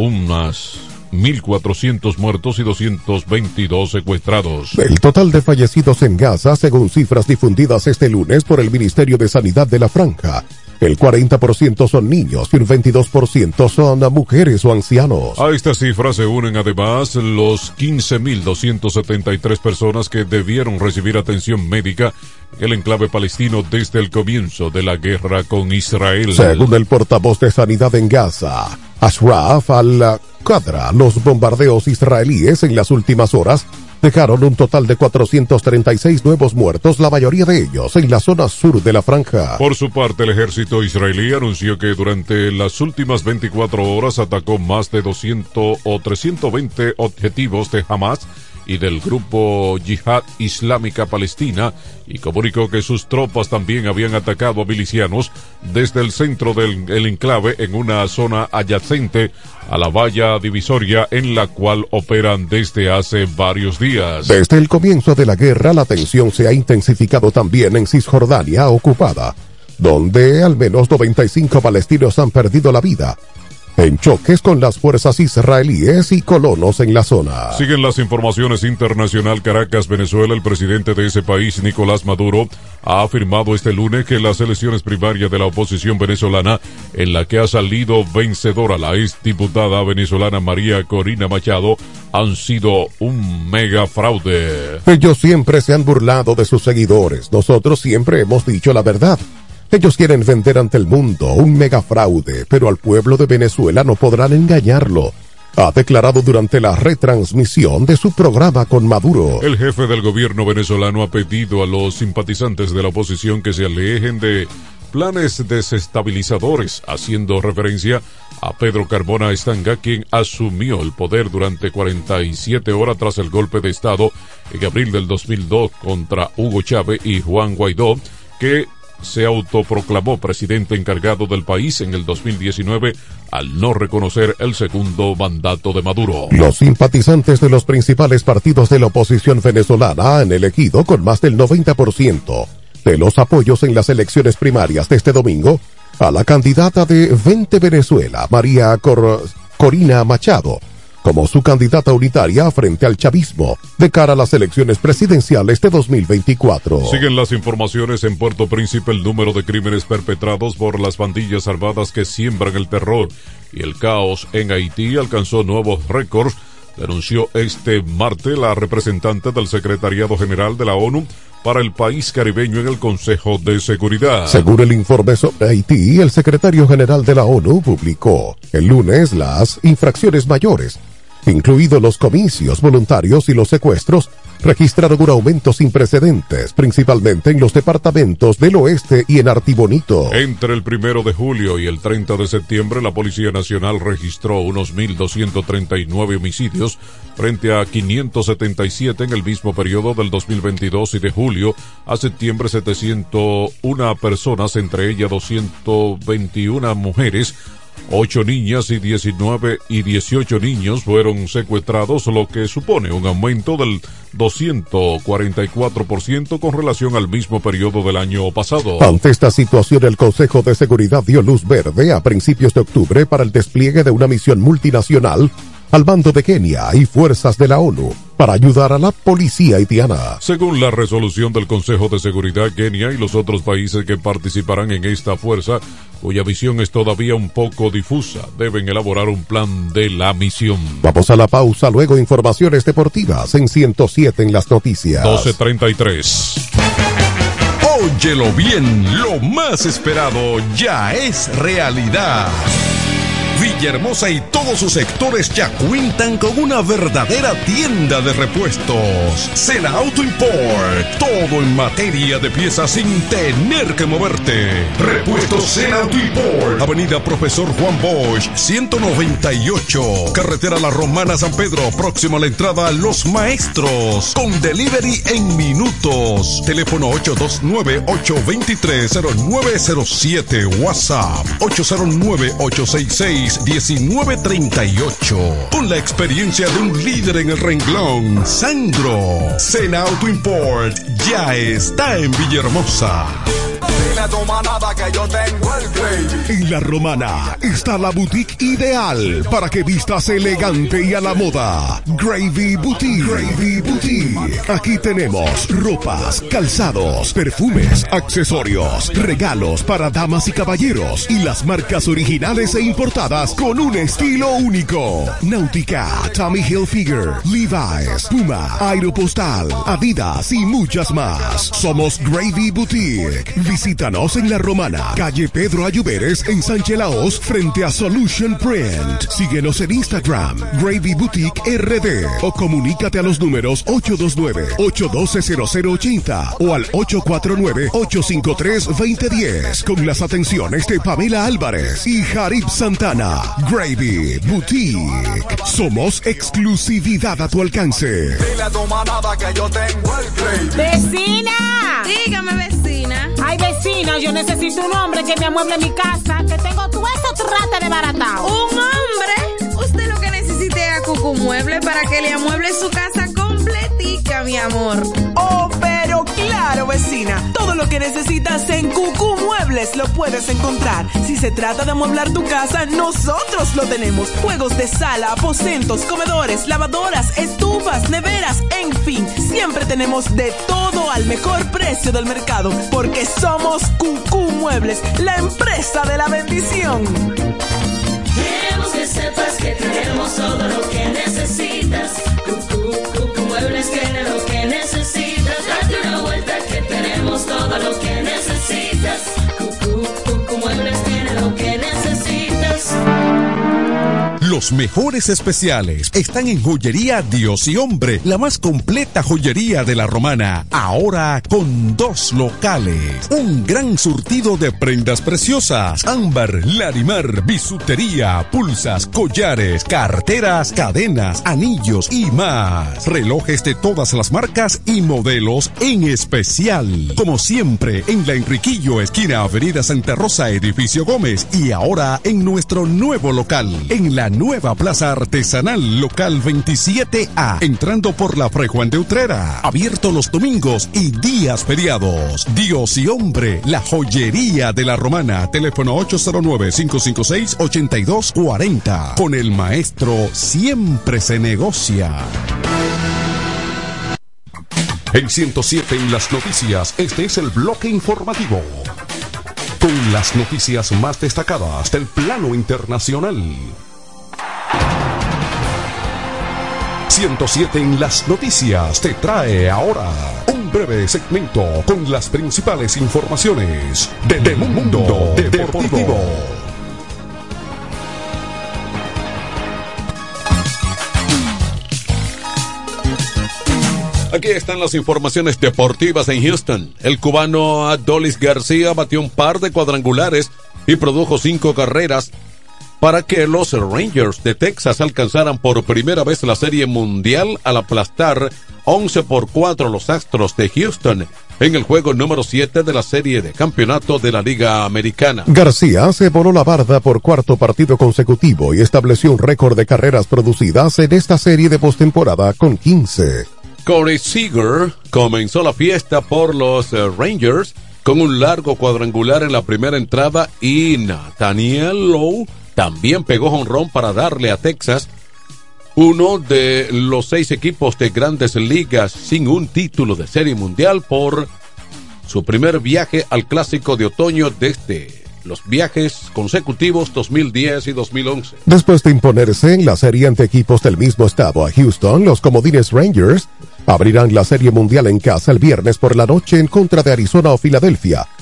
unas mil cuatrocientos muertos y doscientos veintidós secuestrados. El total de fallecidos en Gaza, según cifras difundidas este lunes por el Ministerio de Sanidad de la Franja, el cuarenta por ciento son niños y un veintidós por ciento son mujeres o ancianos. A esta cifra se unen además los quince mil doscientas setenta y tres personas que debieron recibir atención médica en el enclave palestino desde el comienzo de la guerra con Israel. Según el portavoz de Sanidad en Gaza, Ashraf al-Qadra, los bombardeos israelíes en las últimas horas dejaron un total de cuatrocientos treinta y seis nuevos muertos, la mayoría de ellos en la zona sur de la franja. Por su parte, el ejército israelí anunció que durante las últimas veinticuatro horas atacó más de doscientos o trescientos veinte objetivos de Hamas y del grupo Yihad Islámica Palestina, y comunicó que sus tropas también habían atacado a milicianos desde el centro del el enclave en una zona adyacente a la valla divisoria en la cual operan desde hace varios días. Desde el comienzo de la guerra, la tensión se ha intensificado también en Cisjordania ocupada, donde al menos noventa y cinco palestinos han perdido la vida en choques con las fuerzas israelíes y colonos en la zona. Siguen las informaciones internacional. Caracas, Venezuela. El presidente de ese país, Nicolás Maduro, ha afirmado este lunes que las elecciones primarias de la oposición venezolana, en la que ha salido vencedora la exdiputada venezolana María Corina Machado, han sido un mega fraude. Ellos siempre se han burlado de sus seguidores. Nosotros siempre hemos dicho la verdad. Ellos quieren vender ante el mundo un mega fraude, pero al pueblo de Venezuela no podrán engañarlo, ha declarado durante la retransmisión de su programa con Maduro. El jefe del gobierno venezolano ha pedido a los simpatizantes de la oposición que se alejen de planes desestabilizadores, haciendo referencia a Pedro Carmona Estanga, quien asumió el poder durante cuarenta y siete horas tras el golpe de Estado en abril del dos mil dos contra Hugo Chávez y Juan Guaidó, que se autoproclamó presidente encargado del país en el dos mil diecinueve al no reconocer el segundo mandato de Maduro. Los simpatizantes de los principales partidos de la oposición venezolana han elegido con más del noventa por ciento de los apoyos en las elecciones primarias de este domingo a la candidata de Vente Venezuela, María Cor- Corina Machado, como su candidata unitaria frente al chavismo de cara a las elecciones presidenciales de dos mil veinticuatro. Siguen las informaciones. En Puerto Príncipe, el número de crímenes perpetrados por las pandillas armadas que siembran el terror y el caos en Haití alcanzó nuevos récords, denunció este martes la representante del Secretariado General de la ONU para el país caribeño en el Consejo de Seguridad. Según el informe sobre Haití, el secretario general de la ONU publicó el lunes las infracciones mayores, incluidos los comicios voluntarios y los secuestros, registraron un aumento sin precedentes, principalmente en los departamentos del oeste y en Artibonito. Entre el primero de julio y el treinta de septiembre, la Policía Nacional registró unos mil doscientos treinta y nueve homicidios frente a quinientos setenta y siete en el mismo periodo del dos mil veintidós, y de julio a septiembre setecientos uno personas, entre ellas doscientas veintiuna mujeres, ocho niñas y diecinueve y dieciocho niños fueron secuestrados, lo que supone un aumento del doscientos cuarenta y cuatro por ciento con relación al mismo periodo del año pasado. Ante esta situación, el Consejo de Seguridad dio luz verde a principios de octubre para el despliegue de una misión multinacional al mando de Kenia y fuerzas de la ONU para ayudar a la policía haitiana. Según la resolución del Consejo de Seguridad, Kenia y los otros países que participarán en esta fuerza, cuya visión es todavía un poco difusa, deben elaborar un plan de la misión. Vamos a la pausa, luego informaciones deportivas en ciento siete en las noticias. doce treinta y tres. Óyelo bien, lo más esperado ya es realidad. Villahermosa y todos sus sectores ya cuentan con una verdadera tienda de repuestos. Sena Auto Import. Todo en materia de piezas sin tener que moverte. Repuestos Sena Auto Import. Avenida Profesor Juan Bosch, ciento noventa y ocho. Carretera La Romana San Pedro, próximo a la entrada a Los Maestros. Con delivery en minutos. Teléfono ocho dos nueve, ocho dos tres, cero nueve cero siete. WhatsApp ocho cero nueve, ocho seis seis, uno nueve tres ocho. Con la experiencia de un líder en el renglón, Sandro. Sena Auto Import ya está en Villahermosa. Que yo tengo el Gravy. En La Romana está la boutique ideal para que vistas elegante y a la moda. Gravy Boutique. Gravy Boutique. Aquí tenemos ropas, calzados, perfumes, accesorios, regalos para damas y caballeros y las marcas originales e importadas con un estilo único. Nautica, Tommy Hilfiger, Levi's, Puma, Aeropostal, Adidas y muchas más. Somos Gravy Boutique. Visítanos en La Romana, calle Pedro Ayuberes, en Sánchez Laos, frente a Solution Print. Síguenos en Instagram, Gravy Boutique R D, o comunícate a los números ocho dos nueve, ocho uno dos, cero cero ocho cero o al ocho cuatro nueve, ocho cinco tres, dos cero uno cero, con las atenciones de Pamela Álvarez y Jarib Santana. Gravy Boutique. Somos exclusividad a tu alcance. Dile a tu manada que yo tengo el Gravy. ¡Vecina! Dígame, vecina. Ay, vecina, yo necesito un hombre que me amueble mi casa, que tengo todo eso trata de baratao. ¿Un hombre? Usted lo que necesite es a Cucu Mueble para que le amueble su casa completica, mi amor. Oh, pero claro, vecina. Todo lo que necesitas en Cucu Muebles lo puedes encontrar. Si se trata de amueblar tu casa, nosotros lo tenemos. Juegos de sala, aposentos, comedores, lavadoras, estufas, neveras, en fin. Siempre tenemos de todo al mejor precio del mercado, porque somos Cucu Muebles, la empresa de la bendición. Queremos que sepas que tenemos todo lo que necesitas. Cucu, Cucu Muebles tiene lo que necesitas. Date una vuelta que tenemos todo lo que necesitas. Cucu, Cucu Muebles tiene lo que necesitas. Los mejores especiales están en Joyería Dios y Hombre, la más completa joyería de La Romana, ahora con dos locales. Un gran surtido de prendas preciosas, ámbar, larimar, bisutería, pulsas, collares, carteras, cadenas, anillos y más. Relojes de todas las marcas y modelos en especial. Como siempre, en La Enriquillo, esquina Avenida Santa Rosa, edificio Gómez, y ahora en nuestro nuevo local, en la nueva Plaza Artesanal, local veintisiete A, entrando por la Fray Juan de Utrera. Abierto los domingos y días feriados. Dios y Hombre, la joyería de La Romana. Teléfono ocho cero nueve, cinco cinco seis, ocho dos cuatro cero. Con el maestro siempre se negocia. En ciento siete en las noticias, este es el bloque informativo, con las noticias más destacadas del plano internacional. ciento siete en las noticias te trae ahora un breve segmento con las principales informaciones del, del mundo, mundo deportivo. deportivo. Aquí están las informaciones deportivas en Houston. El cubano Adolis García batió un par de cuadrangulares y produjo cinco carreras para que los Rangers de Texas alcanzaran por primera vez la Serie Mundial al aplastar once por cuatro a los Astros de Houston en el juego número siete de la Serie de Campeonato de la Liga Americana. García se voló la barda por cuarto partido consecutivo y estableció un récord de carreras producidas en esta serie de postemporada con quince. Corey Seager comenzó la fiesta por los uh, Rangers con un largo cuadrangular en la primera entrada y Nathaniel Lowe también pegó jonrón para darle a Texas, uno de los seis equipos de Grandes Ligas sin un título de Serie Mundial, por su primer viaje al Clásico de Otoño desde los viajes consecutivos dos mil diez y dos mil once. Después de imponerse en la serie ante equipos del mismo estado a Houston, los comodines Rangers abrirán la Serie Mundial en casa el viernes por la noche en contra de Arizona o Filadelfia.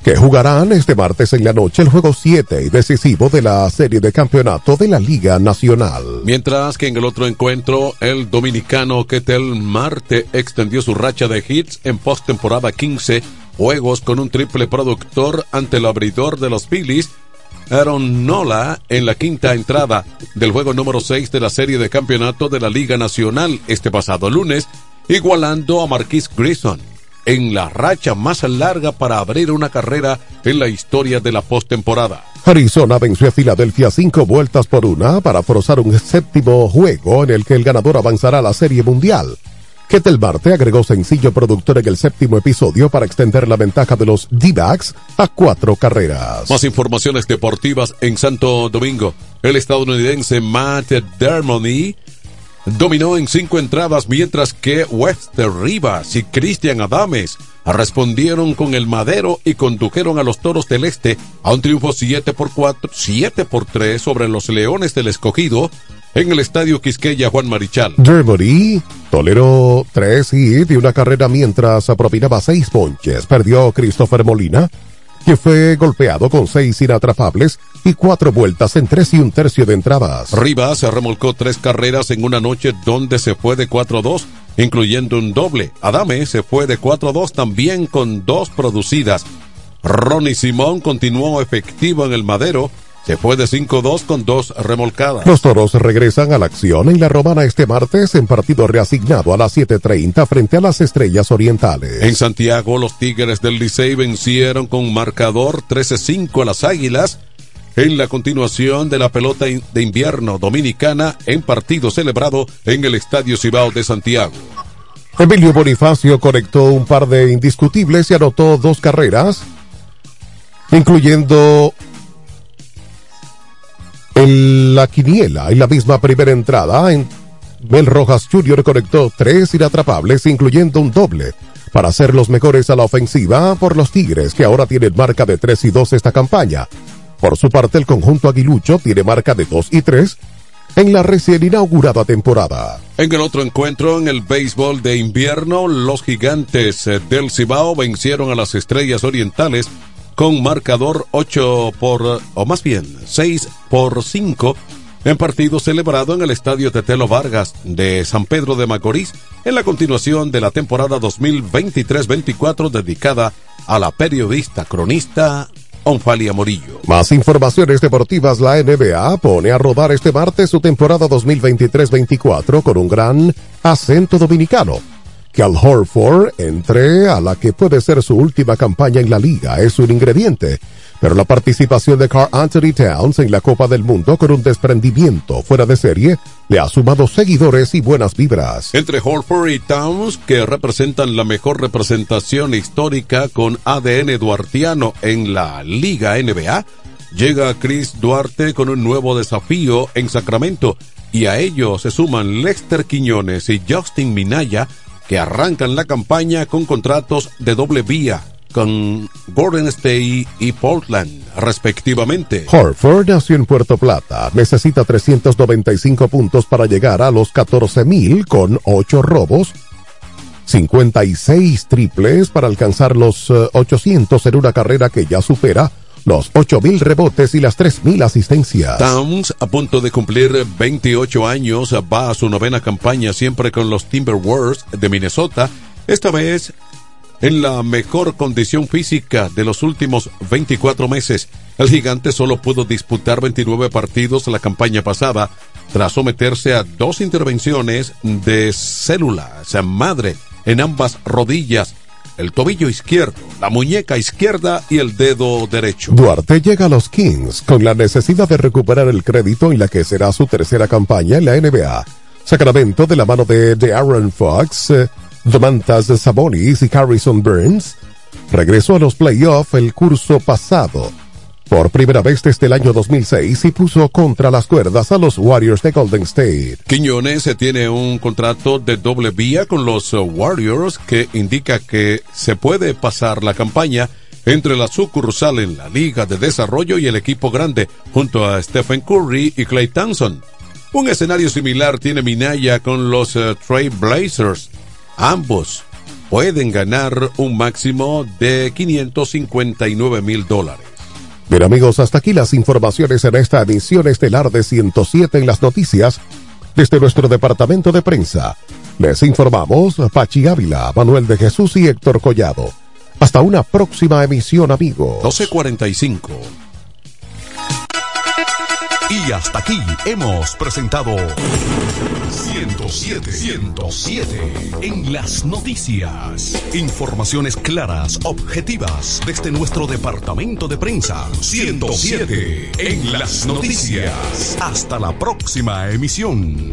que jugarán este martes en la noche el juego siete y decisivo de la serie de campeonato de la Liga Nacional. Mientras que en el otro encuentro, el dominicano Ketel Marte extendió su racha de hits en postemporada quince juegos con un triple productor ante el abridor de los Phillies, Aaron Nola, en la quinta entrada del juego número seis de la serie de campeonato de la Liga Nacional este pasado lunes, igualando a Marquis Grayson en la racha más larga para abrir una carrera en la historia de la postemporada. Arizona venció a Filadelfia cinco vueltas por una para forzar un séptimo juego en el que el ganador avanzará a la Serie Mundial. Ketel Marte agregó sencillo productor en el séptimo episodio para extender la ventaja de los D-backs a cuatro carreras. Más informaciones deportivas en Santo Domingo. El estadounidense Matt Dermody dominó en cinco entradas, mientras que Webster Rivas y Cristian Adames respondieron con el madero y condujeron a los Toros del Este a un triunfo siete por cuatro, siete por tres sobre los Leones del Escogido en el Estadio Quisqueya Juan Marichal. Dermody toleró tres hits y una carrera mientras propinaba seis ponches. Perdió Christopher Molina, que fue golpeado con seis inatrapables y cuatro vueltas en tres y un tercio de entradas. Rivas remolcó tres carreras en una noche donde se fue de cuatro a dos, incluyendo un doble. Adame se fue de cuatro a dos también con dos producidas. Ronnie Simón continuó efectivo en el madero, se fue de cinco a dos con dos remolcadas. Los Toros regresan a la acción en la Romana este martes en partido reasignado a las siete treinta frente a las Estrellas Orientales. En Santiago, los Tigres del Licey vencieron con marcador trece a cinco a las Águilas en la continuación de la pelota de invierno dominicana en partido celebrado en el Estadio Cibao de Santiago. Emilio Bonifacio conectó un par de indiscutibles y anotó dos carreras, incluyendo en la quiniela. En la misma primera entrada, en Mel Rojas junior conectó tres inatrapables, incluyendo un doble, para ser los mejores a la ofensiva por los Tigres, que ahora tienen marca de tres y dos esta campaña. Por su parte, el conjunto aguilucho tiene marca de dos y tres en la recién inaugurada temporada. En el otro encuentro, en el béisbol de invierno, los Gigantes del Cibao vencieron a las Estrellas Orientales con marcador ocho por, o más bien seis por cinco, en partido celebrado en el Estadio Tetelo Vargas de San Pedro de Macorís, en la continuación de la temporada dos mil veintitrés veinticuatro dedicada a la periodista cronista Onfalia Morillo. Más informaciones deportivas. La N B A pone a rodar este martes su temporada dos mil veintitrés veinticuatro con un gran acento dominicano. Que Al Horford entre a la que puede ser su última campaña en la liga es un ingrediente, pero la participación de Karl Anthony Towns en la Copa del Mundo con un desprendimiento fuera de serie le ha sumado seguidores y buenas vibras. Entre Horford y Towns, que representan la mejor representación histórica con A D N duartiano en la Liga N B A, llega Chris Duarte con un nuevo desafío en Sacramento, y a ello se suman Lester Quiñones y Justin Minaya, que arrancan la campaña con contratos de doble vía con Golden State y Portland, respectivamente. Horford nació en Puerto Plata, necesita trescientos noventa y cinco puntos para llegar a los catorce mil con ocho robos, cincuenta y seis triples para alcanzar los uh, ochocientos en una carrera que ya supera los ocho mil rebotes y las tres mil asistencias. Towns, a punto de cumplir veintiocho años, va a su novena campaña siempre con los Timberwolves de Minnesota, esta vez en la mejor condición física de los últimos veinticuatro meses. El gigante solo pudo disputar veintinueve partidos la campaña pasada, tras someterse a dos intervenciones de células madre en ambas rodillas, el tobillo izquierdo, la muñeca izquierda y el dedo derecho. Duarte llega a los Kings con la necesidad de recuperar el crédito en la que será su tercera campaña en la N B A. Sacramento, de la mano de De'Aaron Fox, eh, Domantas Sabonis y Harrison Burns, regresó a los playoffs el curso pasado por primera vez desde el año dos mil seis y puso contra las cuerdas a los Warriors de Golden State. Quiñones tiene un contrato de doble vía con los Warriors que indica que se puede pasar la campaña entre la sucursal en la Liga de Desarrollo y el equipo grande, junto a Stephen Curry y Klay Thompson. Un escenario similar tiene Minaya con los uh, Trail Blazers. Ambos pueden ganar un máximo de quinientos cincuenta y nueve mil dólares. Bien amigos, hasta aquí las informaciones en esta edición estelar de ciento siete en las noticias. Desde nuestro departamento de prensa, les informamos Pachi Ávila, Manuel de Jesús y Héctor Collado. Hasta una próxima emisión, amigos. doce cuarenta y cinco. Y hasta aquí hemos presentado ciento siete, ciento siete en las noticias. Informaciones claras, objetivas, desde nuestro departamento de prensa. ciento siete en las noticias. Hasta la próxima emisión.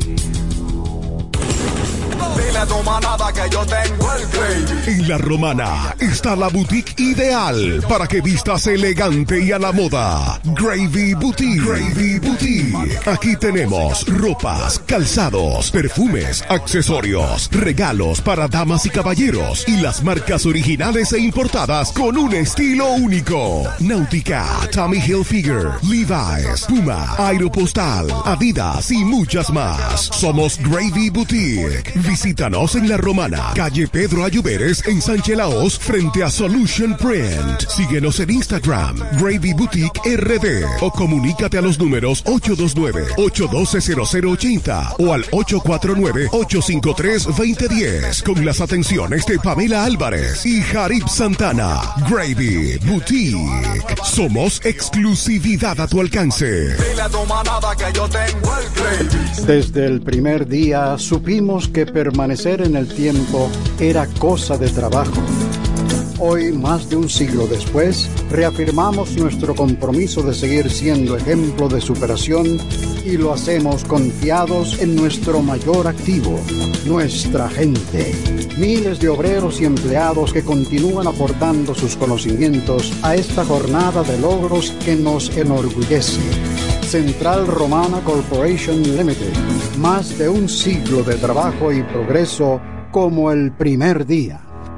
Dile a tu manada que yo tengo el Gravy. En La Romana está la boutique ideal para que vistas elegante y a la moda. Gravy Boutique. Gravy Boutique. Aquí tenemos ropas, calzados, perfumes, accesorios, regalos para damas y caballeros y las marcas originales e importadas con un estilo único. Náutica, Tommy Hilfiger, Levi's, Puma, Aeropostal, Adidas y muchas más. Somos Gravy Boutique. Visítanos en La Romana, calle Pedro Ayuberes, en Sánchez Laos, frente a Solution Print. Síguenos en Instagram, Gravy Boutique R D, o comunícate a los números ocho dos nueve, ocho uno dos, cero cero ocho cero o al ocho cuatro nueve, ocho cinco tres, dos cero uno cero, con las atenciones de Pamela Álvarez y Jarib Santana. Gravy Boutique. Somos exclusividad a tu alcance. Dile a tu manada que yo tengo el Gravy. Desde el primer día supimos que permanecer en el tiempo era cosa de trabajo. Hoy, más de un siglo después, reafirmamos nuestro compromiso de seguir siendo ejemplo de superación y lo hacemos confiados en nuestro mayor activo, nuestra gente. Miles de obreros y empleados que continúan aportando sus conocimientos a esta jornada de logros que nos enorgullece. Central Romana Corporation Limited. Más de un siglo de trabajo y progreso como el primer día.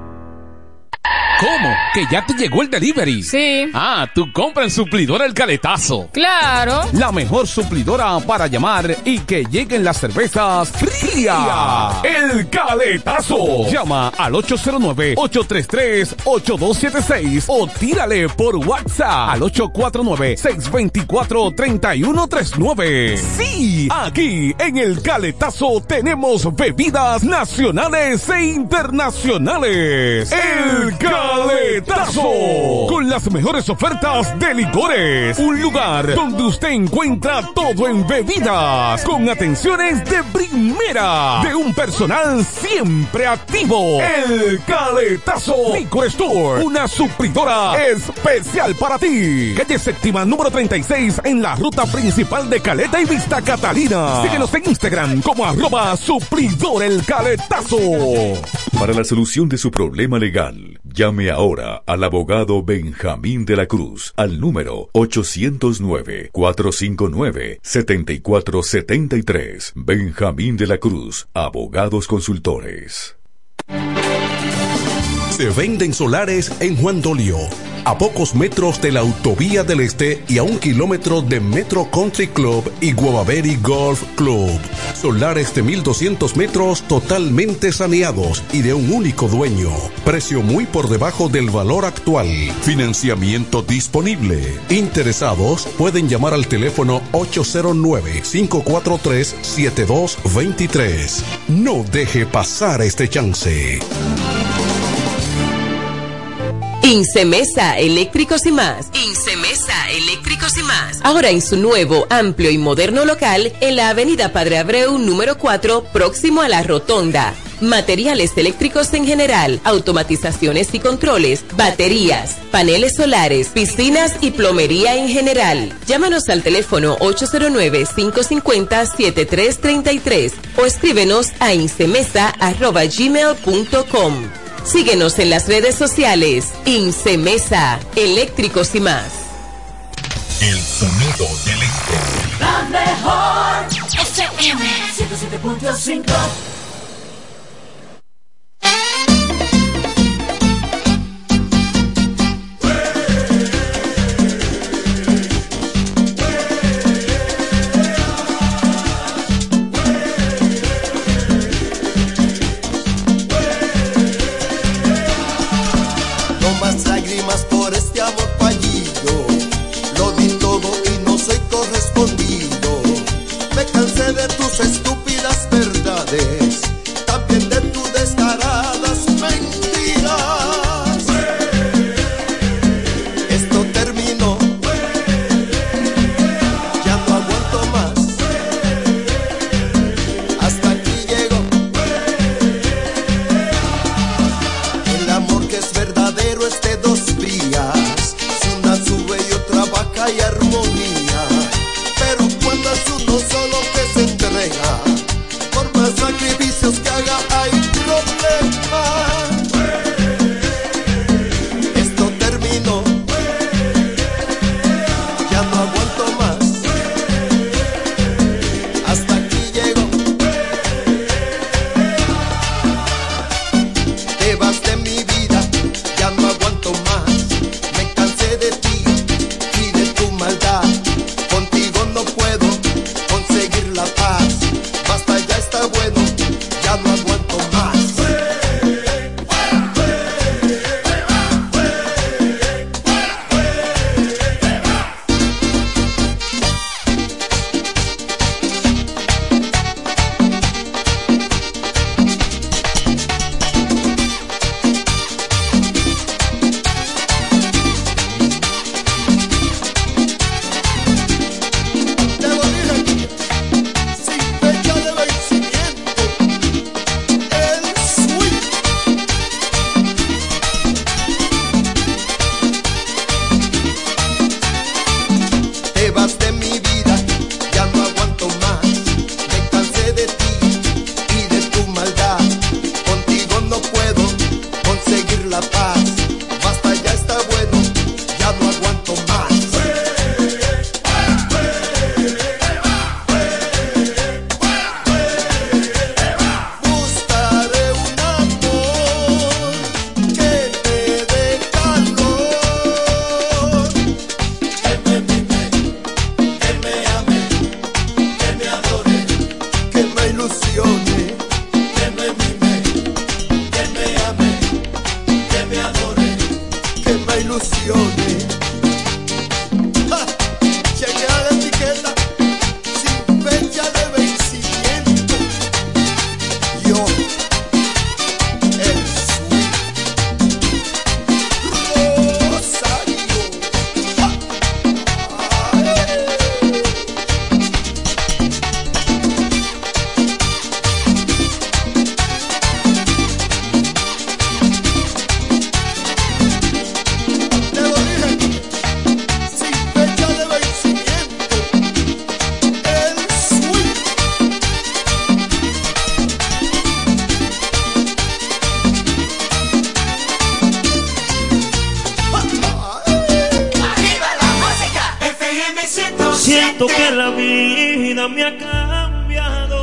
¿Cómo? ¿Que ya te llegó el delivery? Sí. Ah, tú compras en Suplidora El Caletazo. Claro. La mejor suplidora para llamar y que lleguen las cervezas frías. El Caletazo. Llama al ocho cero nueve, ocho tres tres, ocho dos siete seis o tírale por WhatsApp al ocho cuatro nueve, seis dos cuatro, tres uno tres nueve. Sí, aquí en El Caletazo tenemos bebidas nacionales e internacionales. El Caletazo. Caletazo, con las mejores ofertas de licores. Un lugar donde usted encuentra todo en bebidas, con atenciones de primera, de un personal siempre activo. El Caletazo Liquor Store, una suplidora especial para ti. Calle Séptima, número treinta y seis, en la ruta principal de Caleta y Vista Catalina. Síguenos en Instagram como arroba suplidor El Caletazo. Para la solución de su problema legal, llame ahora al abogado Benjamín de la Cruz al número ochocientos nueve, cuatrocientos cincuenta y nueve, setenta y cuatro setenta y tres. Benjamín de la Cruz, abogados consultores. Se venden solares en Juan Dolio, a pocos metros de la Autovía del Este y a un kilómetro de Metro Country Club y Guavaberi Golf Club. Solares de mil doscientos metros totalmente saneados y de un único dueño. Precio muy por debajo del valor actual. Financiamiento disponible. Interesados pueden llamar al teléfono ocho cero nueve, cinco cuatro tres, siete dos dos tres. No deje pasar este chance. Incemesa Eléctricos y Más. Incemesa Eléctricos y Más. Ahora en su nuevo, amplio y moderno local en la avenida Padre Abreu número cuatro, próximo a la Rotonda. Materiales eléctricos en general, automatizaciones y controles, baterías, paneles solares, piscinas y plomería en general. Llámanos al teléfono ocho cero nueve, cinco cinco cero, siete tres tres tres o escríbenos a incemesa arroba gmail punto com. Síguenos en las redes sociales. Incemesa, Eléctricos y Más. El sonido del este. La mejor F M ciento siete punto cinco. sé de tus estúpidas verdades, también de tus descaradas mentiras. Esto terminó, ya no aguanto más. Hasta aquí llego. El amor que es verdadero es de dos vías. Si una sube y otra baja hay armonía. Pero cuando es uno solo que se entrega, por más sacrificios que haga hay problemas. Esto terminó, ya no aguanto más. Hasta aquí llego. Te vas de mi vida, ya no aguanto más. Me cansé de ti y de tu maldad. Contigo no puedo conseguir la paz. Basta, ya está bueno, ya no aguanto más. Te vas de mi vida, ya no aguanto más. Me cansé de ti y de tu maldad. Contigo no puedo conseguir la paz. Basta, ya está bueno, ya no aguanto más. Buscaré un amor que me dé calor, que me mime, que me ame, que me adore, que me ilusione, que me mime, que me ame, que me adore, que me ilusione. ¡Ja! Chequea la etiqueta sin fecha de vencimiento. Yo, el Sweet Rosario. ¡Ja! Te lo dije, sin fecha de vencimiento. El Sweet. Arriba la música. F M ciento siete. Siento que la vida me ha cambiado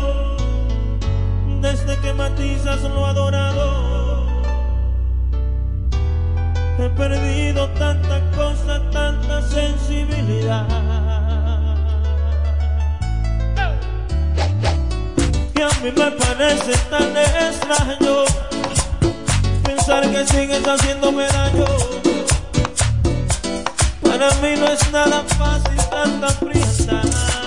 desde que Matizas lo ha adorado. He perdido tanta cosa, tanta sensibilidad. Y a mí me parece tan extraño pensar que sigues haciéndome daño. Para mí no es nada fácil tanta frialdad.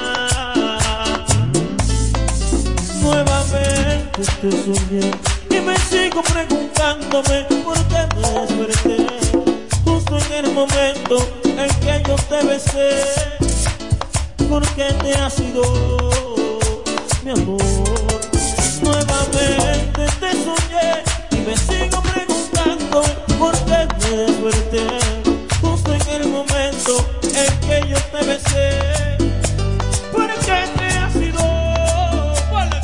Nuevamente te soñé y me sigo preguntándome por qué me desperté justo en el momento en que yo te besé. ¿Por qué te has ido, mi amor? Nuevamente te soñé y me sigo preguntando por qué me desperté justo en el momento en que yo te besé. ¿Por qué te has ido? Vale,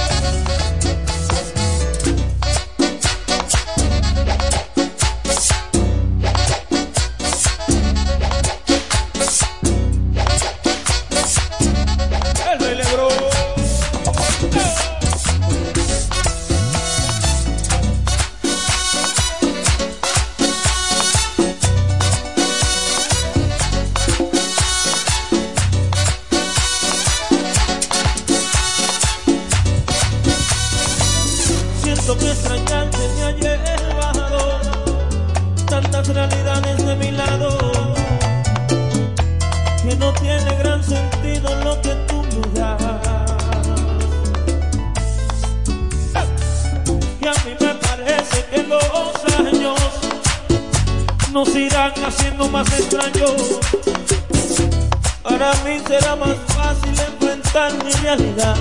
el baile bro. Siento que extrañarte me ha llevado tantas realidades de mi lado que no tiene gran sentido lo que tú ayudar. Y a mí me parece que los años nos irán haciendo más extraños. Para mí será más fácil enfrentar mi realidad.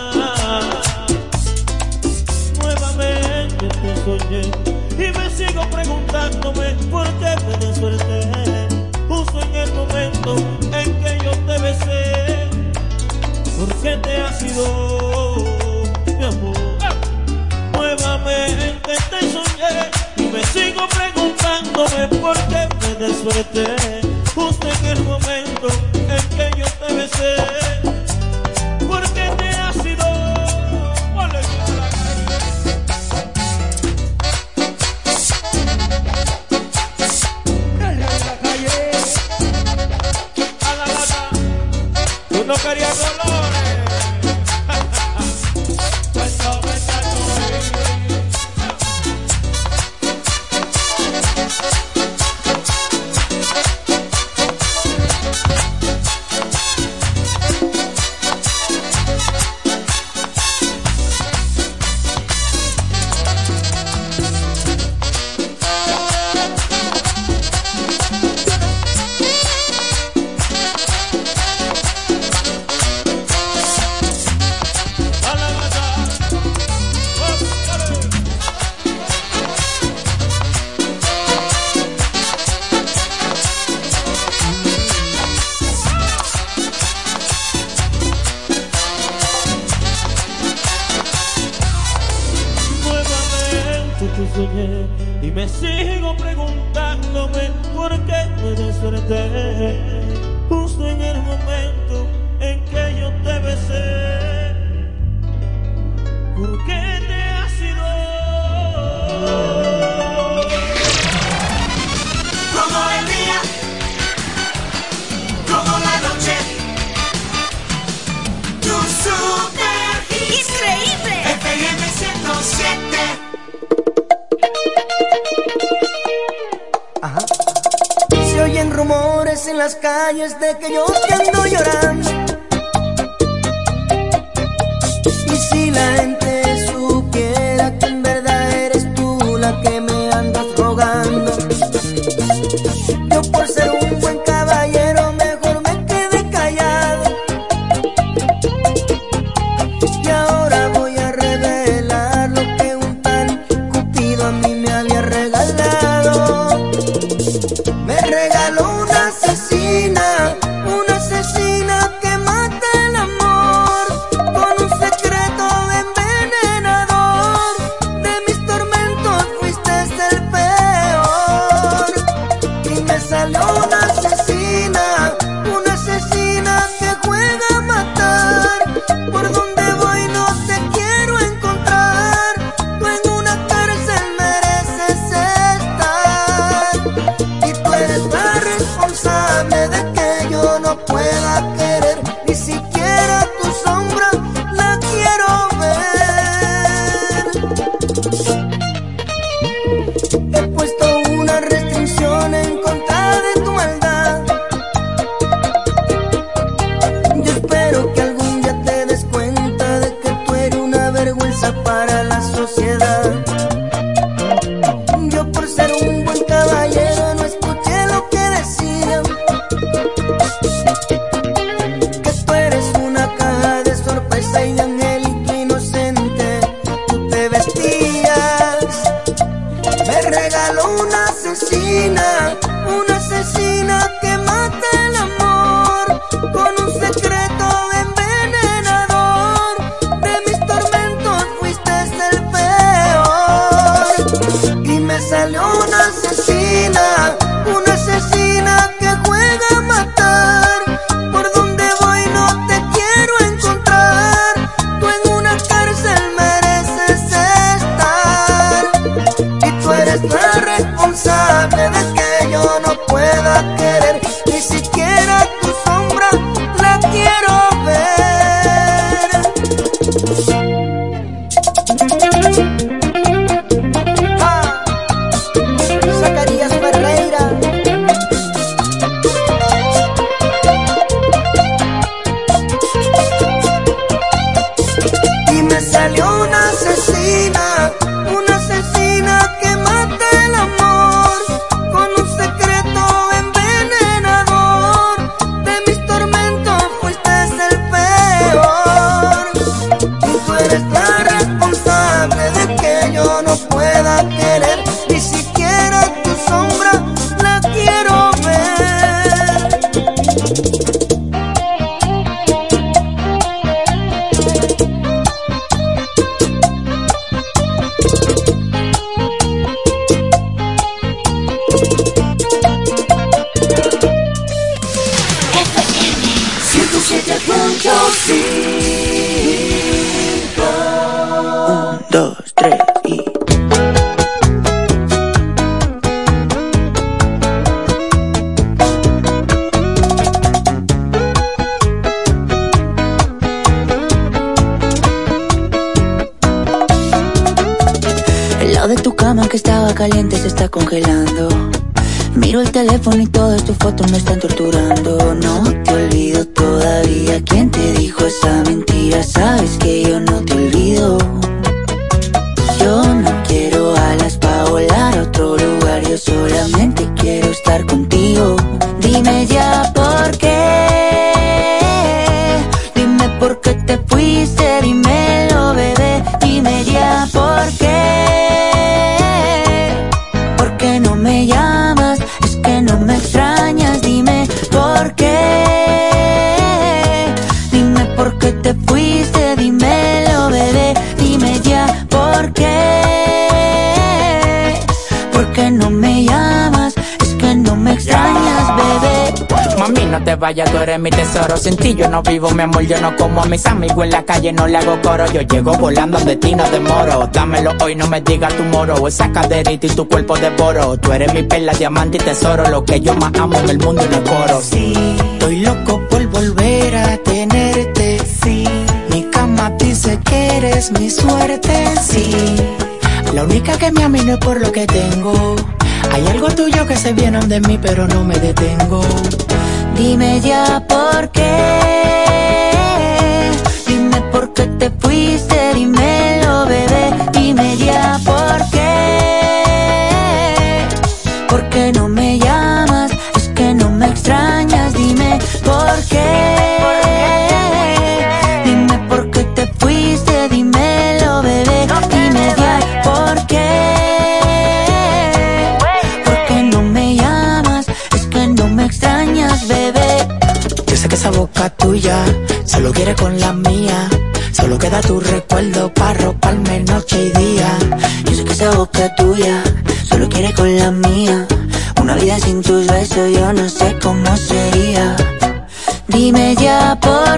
Nuevamente te soñé y me sigo preguntándome por qué me desperté justo en el momento en que yo te besé. ¿Por qué te has ido, mi amor? Nuevamente te soñé y me sigo preguntándome por qué me desperté justo en el momento en que yo te besé. ¿Por qué te has ido? Ponle a la calle. A la lata. Tú no querías dolores. Y me sigo preguntándome por qué me desperté justo en el momento en que yo te besé. ¿Por qué te has ido? Como el día, como la noche, tu super hit. Increíble. F M ciento siete. Se oyen rumores en las calles de que yo te ando llorando. Y si la gente supiera que en verdad eres tú la que me andas rogando, yo por ser un buen caballero mejor me quedé callado. Y ahora voy a revelar lo que un tal Cupido a mí me había regalado. Me regaló una asesina, una asesina que mata el amor con un secreto envenenador. De mis tormentos fuiste el peor. Y me salió una asesina, una asesina que juega a matar. Por donde voy no te quiero encontrar. Tú en una cárcel mereces estar. Y tú eres la responsable de que yo no pueda querer, ni siquiera tu sombra la quiero ver. He puesto una restricción en contra de tu maldad. Yo espero que algún día te des cuenta de que tú eres una vergüenza para la sociedad. Yo por ser un buen caballero no escuché lo que decían, que tú eres una caja de sorpresa y de angelito inocente tú te vestías. Me regaló una asesina, una asesina que mata el amor con un secreto envenenador. De mis tormentos fuiste el peor. Y me salió una asesina, una asesina que juega a matar. Por donde voy no te quiero encontrar. dos, tres y... El lado de tu cama que estaba caliente se está congelando. Miro el teléfono y todas tus fotos me están torturando. No te olvido todavía. ¿Quién te dijo esa mentira? Sabes que yo no te olvido. Yo no quiero alas pa' volar a otro lugar. Yo solamente quiero estar contigo. Dime ya por qué. Dime por qué te fuiste. Dímelo, bebé. Dime ya por qué. ¿Por qué no me llamas? Es que no me extrañas. Dime por qué. Dime por qué te fuiste. Dímelo, bebé. Dime ya por qué. ¿Por qué no me llamas? Es que no me extrañas, bebé. Mami, no te vayas, tú eres mi tesoro. Sin ti yo no vivo, mi amor, yo no como a mis amigos en la calle, no le hago coro. Yo llego volando de ti, no demoro. Dámelo hoy, no me digas tu moro. Esa caderita y tu cuerpo devoro. Tú eres mi perla, diamante y tesoro. Lo que yo más amo en el mundo y no coro. Sí, estoy loco por volver a tenerte. Sí, mi cama dice que eres mi suerte. Sí, la única que me amino es por lo que tengo. Hay algo tuyo que se viene de mí, pero no me detengo. Dime ya por qué. Dime por qué te fuiste. Dímelo, bebé. Dime ya por qué. ¿Por qué no me llamas? Es que no me extrañas. Dime por qué. Dime por qué te fuiste. Dímelo, bebé. Dime ya por qué. Bebé, yo sé que esa boca tuya solo quiere con la mía. Solo queda tu recuerdo para roparme noche y día. Yo sé que esa boca tuya solo quiere con la mía. Una vida sin tus besos yo no sé cómo sería. Dime ya por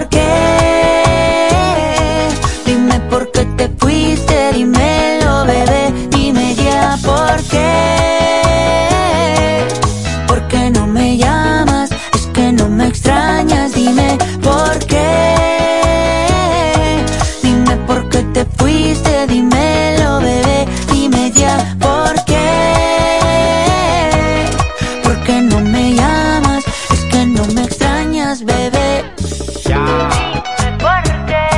qué. Dime por qué te fuiste. Dímelo, bebé. Dime ya por qué. ¿Por qué no me llamas? No me extrañas, dime por qué. Dime por qué te fuiste, dímelo, bebé. Dime ya por qué. ¿Por qué no me llamas? Es que no me extrañas, bebé. Ya. ¿Por qué?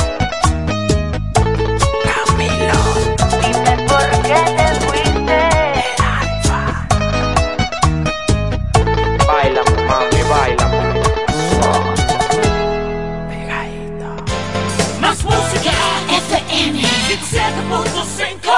Camilo. Dime por qué te fuiste. Baila, mami, baila. Más música F M diecisiete punto cinco.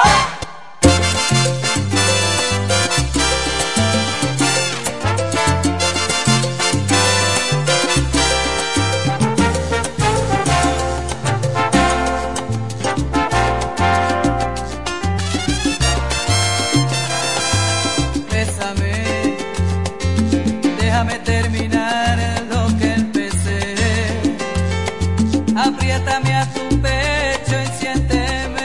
Bésame, déjame terminar lo que empecé. Apriétame a tu pecho y siénteme.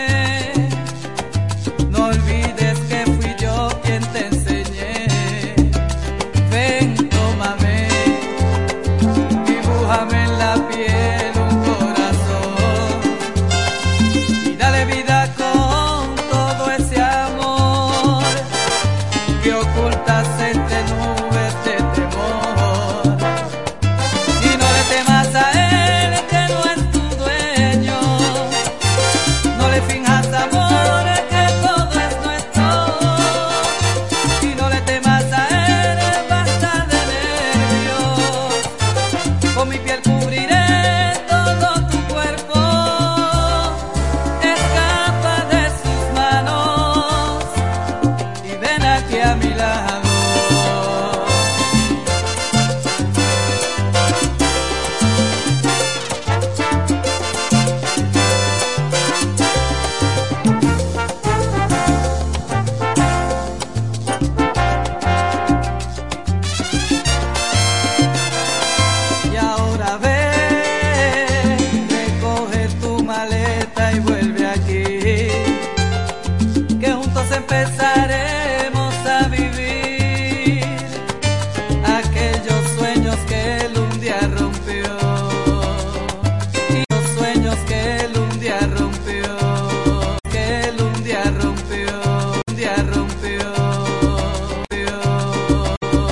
No olvides que fui yo quien te enseñé. Ven, tómame, dibújame en la piel un corazón y dale vida con todo ese amor que ocultas entre nubes de temor. Y no le temas a él, que no es tu dueño. pesar.